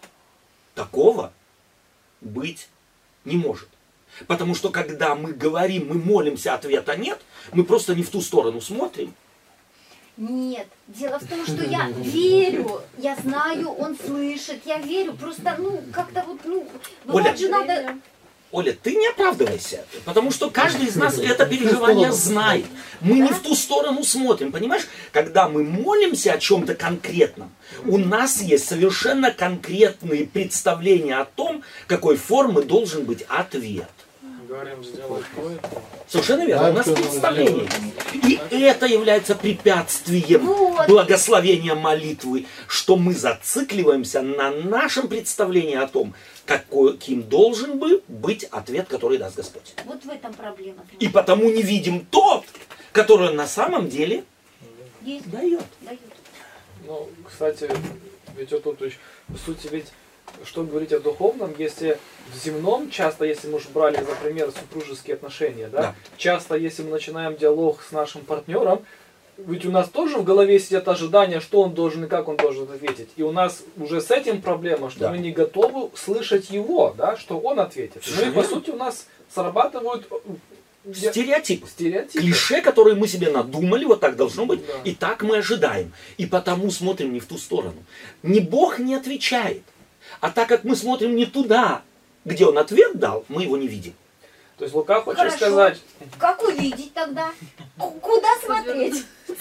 Такого быть не может. Потому что когда мы говорим, мы молимся, ответа нет, мы просто не в ту сторону смотрим. Нет, дело в том, что я верю, я знаю, он слышит, я верю, просто, ну, как-то вот, ну, Оля. вот же надо... Оля, ты не оправдывайся, потому что каждый из нас это переживание знает. Мы не в ту сторону смотрим, понимаешь? Когда мы молимся о чем-то конкретном, у нас есть совершенно конкретные представления о том, какой формы должен быть ответ. Говорим, сделать то и то. Совершенно верно, у нас представление. И это является препятствием Вот. благословения молитвы, что мы зацикливаемся на нашем представлении о том, каким должен бы быть ответ, который даст Господь. Вот в этом проблема. И потому не видим тот, который он на самом деле Есть, дает. дают. Ну, кстати, ведь вот тут, по сути, ведь, что говорить о духовном, если в земном, часто, если мы уж брали за пример супружеские отношения, да, Да. часто, если мы начинаем диалог с нашим партнером, ведь у нас тоже в голове сидят ожидания, что он должен и как он должен ответить. И у нас уже с этим проблема, что Да. мы не готовы слышать его, да, что он ответит. Ну и Совершенно по верно. сути у нас срабатывают э, Стереотип. стереотипы. Клише, которые мы себе надумали, вот так должно быть, Да. и так мы ожидаем. И потому смотрим не в ту сторону. Не Бог не отвечает, а так как мы смотрим не туда, где он ответ дал, мы его не видим. То есть Лука хочет Хорошо. сказать, Как увидеть тогда? К- Куда смотреть?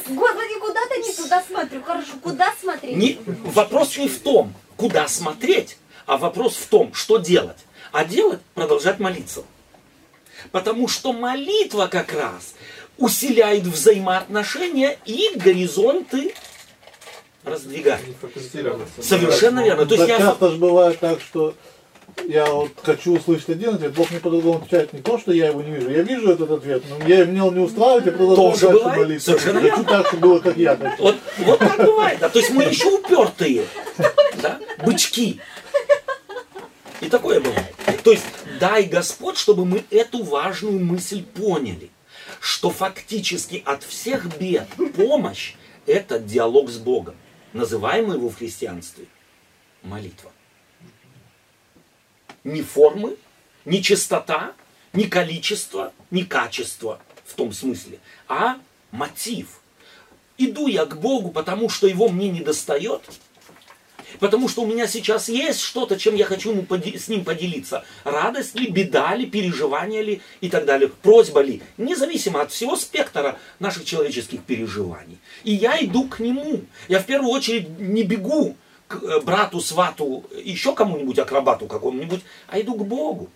Господи, куда-то не туда смотрю. Хорошо, куда смотреть? Не, вопрос не в том, куда смотреть, а вопрос в том, что делать. А делать — продолжать молиться. Потому что молитва как раз усиляет взаимоотношения и горизонты раздвигает. Совершенно верно. То есть так я... часто же бывает так, что я вот хочу услышать один ответ, Бог мне по-другому отвечает. Не то, что я его не вижу. Я вижу этот ответ, но я, меня он не устраивает, я продолжаю Тоже дальше бывает. молиться. Совершенно Хочу так, чтобы было, как я хочу. Вот, вот так бывает. Да? То есть мы еще упертые. Да? Бычки. И такое бывает. То есть дай Господь, чтобы мы эту важную мысль поняли. Что фактически от всех бед помощь — это диалог с Богом. Называемый его в христианстве молитва. Ни формы, ни частота, ни количество, ни качество в том смысле, а мотив. Иду я к Богу, потому что его мне не достает, потому что у меня сейчас есть что-то, чем я хочу ему поди- с ним поделиться. Радость ли, беда ли, переживание ли и так далее. Просьба ли. Независимо от всего спектра наших человеческих переживаний. И я иду к нему. Я в первую очередь не бегу к брату, свату, еще кому-нибудь, акробату какому-нибудь, а иду к Богу.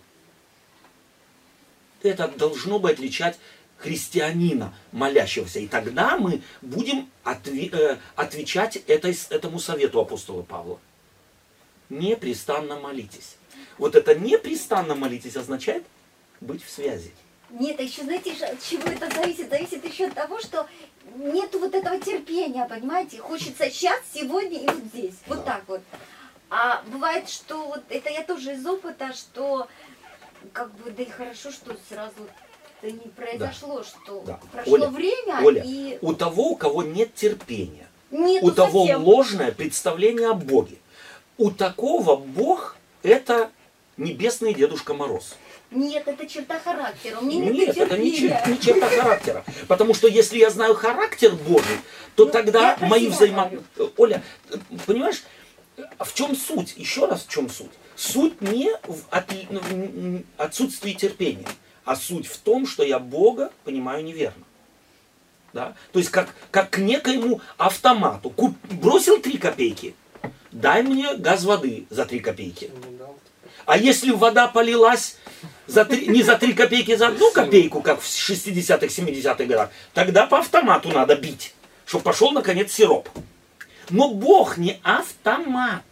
Это должно бы отличать христианина, молящегося. И тогда мы будем отве- э, отвечать этой, этому совету апостола Павла. Непрестанно молитесь. Вот это непрестанно молитесь означает быть в связи. Нет, а еще знаете, от чего это зависит? Зависит еще от того, что нету вот этого терпения, понимаете? Хочется сейчас, сегодня и вот здесь. Вот Да. так вот. А бывает, что вот это я тоже из опыта, что как бы, да и хорошо, что сразу это не произошло, что Да. прошло Оля, время Оля, и у того, у кого нет терпения, нету у того совсем. ложное представление о Боге. У такого Бог — это небесный Дедушка Мороз. Нет, это черта характера. У меня нет, Нет, это не, терпения. чер- не черта характера. Потому что если я знаю характер Божий, то Ну, тогда я про мои себя взаимоотношения... Оля, понимаешь, в чем суть? Еще раз, в чем суть? Суть не в от- в отсутствии терпения, а суть в том, что я Бога понимаю неверно. Да? То есть как, как к некоему автомату. Куп, бросил три копейки, дай мне газ воды за три копейки. А если вода полилась за три, не за три копейки, за одну копейку, как в шестидесятых, семидесятых годах, тогда по автомату надо бить, чтобы пошел наконец сироп. Но Бог не автомат.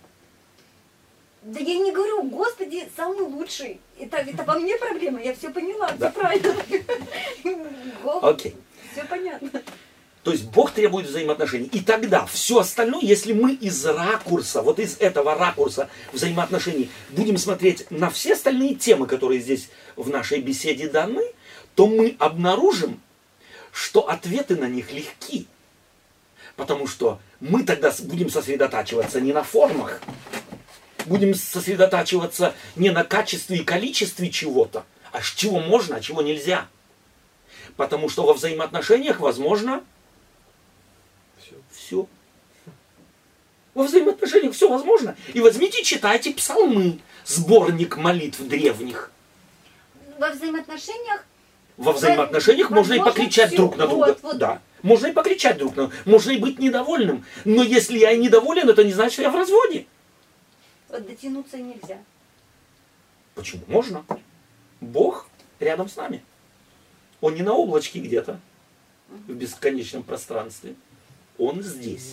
Да я не говорю, Господи, самый лучший. Это, это во мне проблема, я все поняла, Да. все правильно. Окей. Все понятно. То есть Бог требует взаимоотношений. И тогда все остальное, если мы из ракурса, вот из этого ракурса взаимоотношений будем смотреть на все остальные темы, которые здесь в нашей беседе даны, то мы обнаружим, что ответы на них легки. Потому что мы тогда будем сосредотачиваться не на формах, будем сосредотачиваться не на качестве и количестве чего-то, а с чего можно, а чего нельзя. Потому что во взаимоотношениях возможно все. Во взаимоотношениях все возможно. И возьмите, читайте псалмы, сборник молитв древних. Во взаимоотношениях Во взаимоотношениях можно и возможно покричать всё. друг на друга. Вот, вот. Да. Можно и покричать друг на друга. Можно и быть недовольным. Но если я и недоволен, это не значит, что я в разводе. вот дотянуться нельзя. Почему? Можно. Бог рядом с нами. Он не на облачке где-то, в бесконечном пространстве. Он здесь.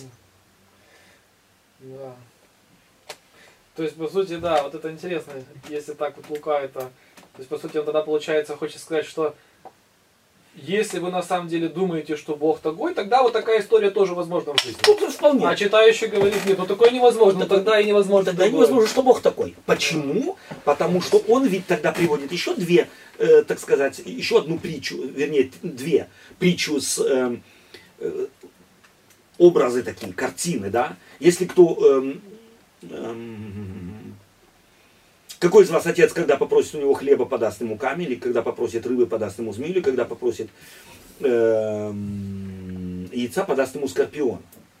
Да. То есть, по сути, да, вот это интересно, если так вот Лука это... То есть, по сути, он тогда, получается, хочет сказать, что если вы на самом деле думаете, что Бог такой, тогда вот такая история тоже возможна в жизни. Тут вполне. А читающий говорит, нет, ну такое невозможно, Ну, тогда и невозможно. Тогда другое. невозможно, что Бог такой. Почему? Потому что он ведь тогда приводит еще две, э, так сказать, еще одну притчу, вернее, две притчу с э, э, образы такие, картины, да. Если кто... э, э, какой из вас отец, когда попросит у него хлеба, подаст ему камень, или когда попросит рыбы, подаст ему змею, или когда попросит э, яйца, подаст ему скорпион?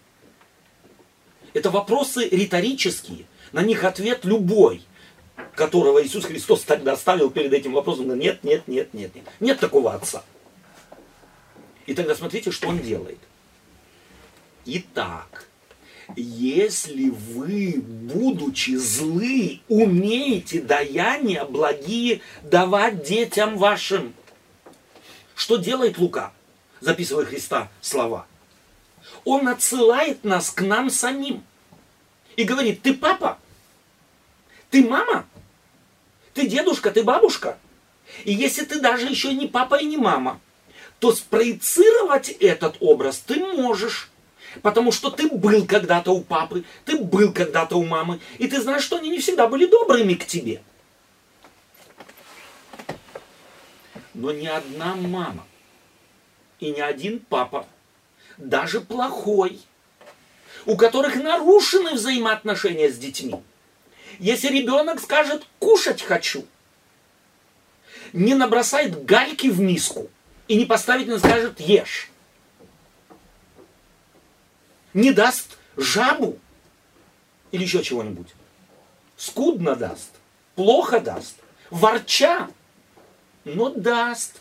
Это вопросы риторические. На них ответ любой, которого Иисус Христос тогда ставил перед этим вопросом. Нет, нет, нет, нет, нет. Нет такого отца. И тогда смотрите, что он делает. Итак, если вы, будучи злы, умеете даяния благие давать детям вашим. Что делает Лука, записывая Христа слова? Он отсылает нас к нам самим. И говорит, ты папа, ты мама, ты дедушка, ты бабушка. И если ты даже еще не папа и не мама, то спроецировать этот образ ты можешь. Потому что ты был когда-то у папы, ты был когда-то у мамы, и ты знаешь, что они не всегда были добрыми к тебе. Но ни одна мама и ни один папа, даже плохой, у которых нарушены взаимоотношения с детьми, если ребенок скажет «кушать хочу», не набросает гальки в миску и не поставит, не скажет «ешь», не даст жабу или еще чего-нибудь, скудно даст, плохо даст, ворча, но даст.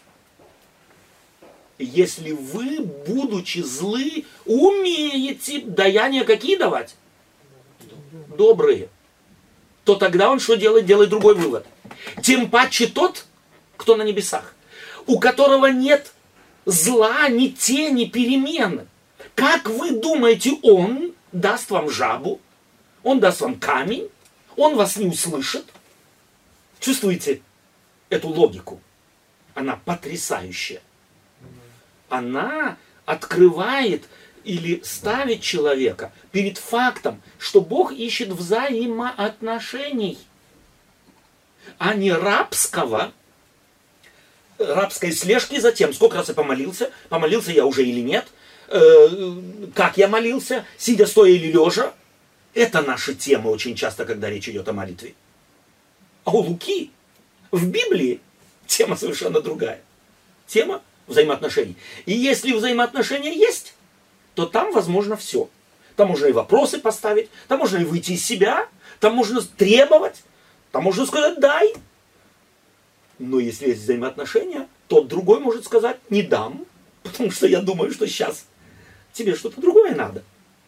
Если вы, будучи злы, умеете даяния какие давать? Добрые. То тогда он что делает? Делает другой вывод. Тем паче тот, кто на небесах, у которого нет зла, ни тени перемены. Как вы думаете, он даст вам жабу? Он даст вам камень? Он вас не услышит? Чувствуете эту логику? Она потрясающая. Она открывает или ставит человека перед фактом, что Бог ищет взаимоотношений, а не рабского, рабской слежки за тем, сколько раз я помолился, помолился я уже или нет, как я молился, сидя, стоя или лежа. Это наши темы очень часто, когда речь идет о молитве. А у Луки в Библии тема совершенно другая. Тема взаимоотношений. И если взаимоотношения есть, то там возможно все. Там можно и вопросы поставить, там можно и выйти из себя, там можно требовать, там можно сказать «дай». Но если есть взаимоотношения, тот другой может сказать «не дам», потому что я думаю, что сейчас тебе что-то другое надо.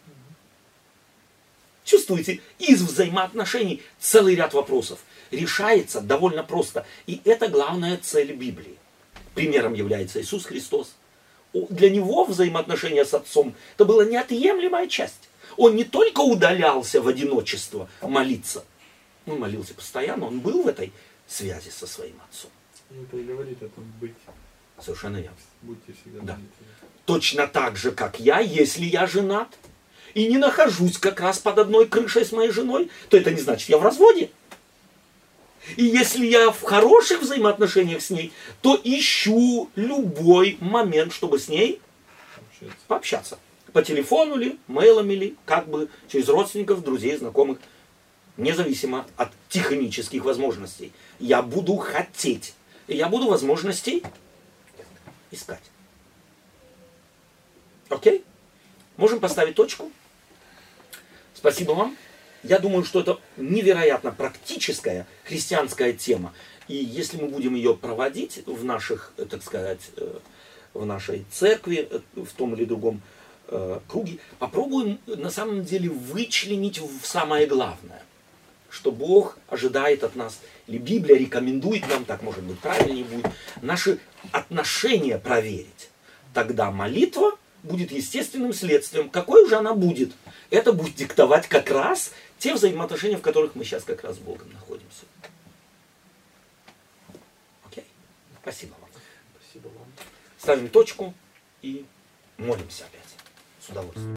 Чувствуете, из взаимоотношений целый ряд вопросов решается довольно просто. И это главная цель Библии. Примером является Иисус Христос. Для Него взаимоотношения с Отцом это была неотъемлемая часть. Он не только удалялся в одиночество молиться, он молился постоянно, он был в этой связи со своим Отцом. Это и говорит о том быть. Совершенно верно. Будьте всегда Да. молитвенны. Точно так же, как я, если я женат и не нахожусь как раз под одной крышей с моей женой, то это не значит, я в разводе. И если я в хороших взаимоотношениях с ней, то ищу любой момент, чтобы с ней Общаться. пообщаться. По телефону ли, мейлами ли, как бы через родственников, друзей, знакомых. Независимо от технических возможностей. Я буду хотеть. И я буду возможностей искать. Окей? Можем поставить точку? Спасибо вам. Я думаю, что это невероятно практическая христианская тема. И если мы будем ее проводить в наших, так сказать, в нашей церкви, в том или другом круге, попробуем на самом деле вычленить в самое главное, что Бог ожидает от нас, или Библия рекомендует нам, так может быть правильнее будет, наши отношения проверить. Тогда молитва будет естественным следствием. Какой же она будет? Это будет диктовать как раз те взаимоотношения, в которых мы сейчас как раз с Богом находимся. Окей? Спасибо вам. Спасибо вам. Ставим точку и молимся опять. С удовольствием.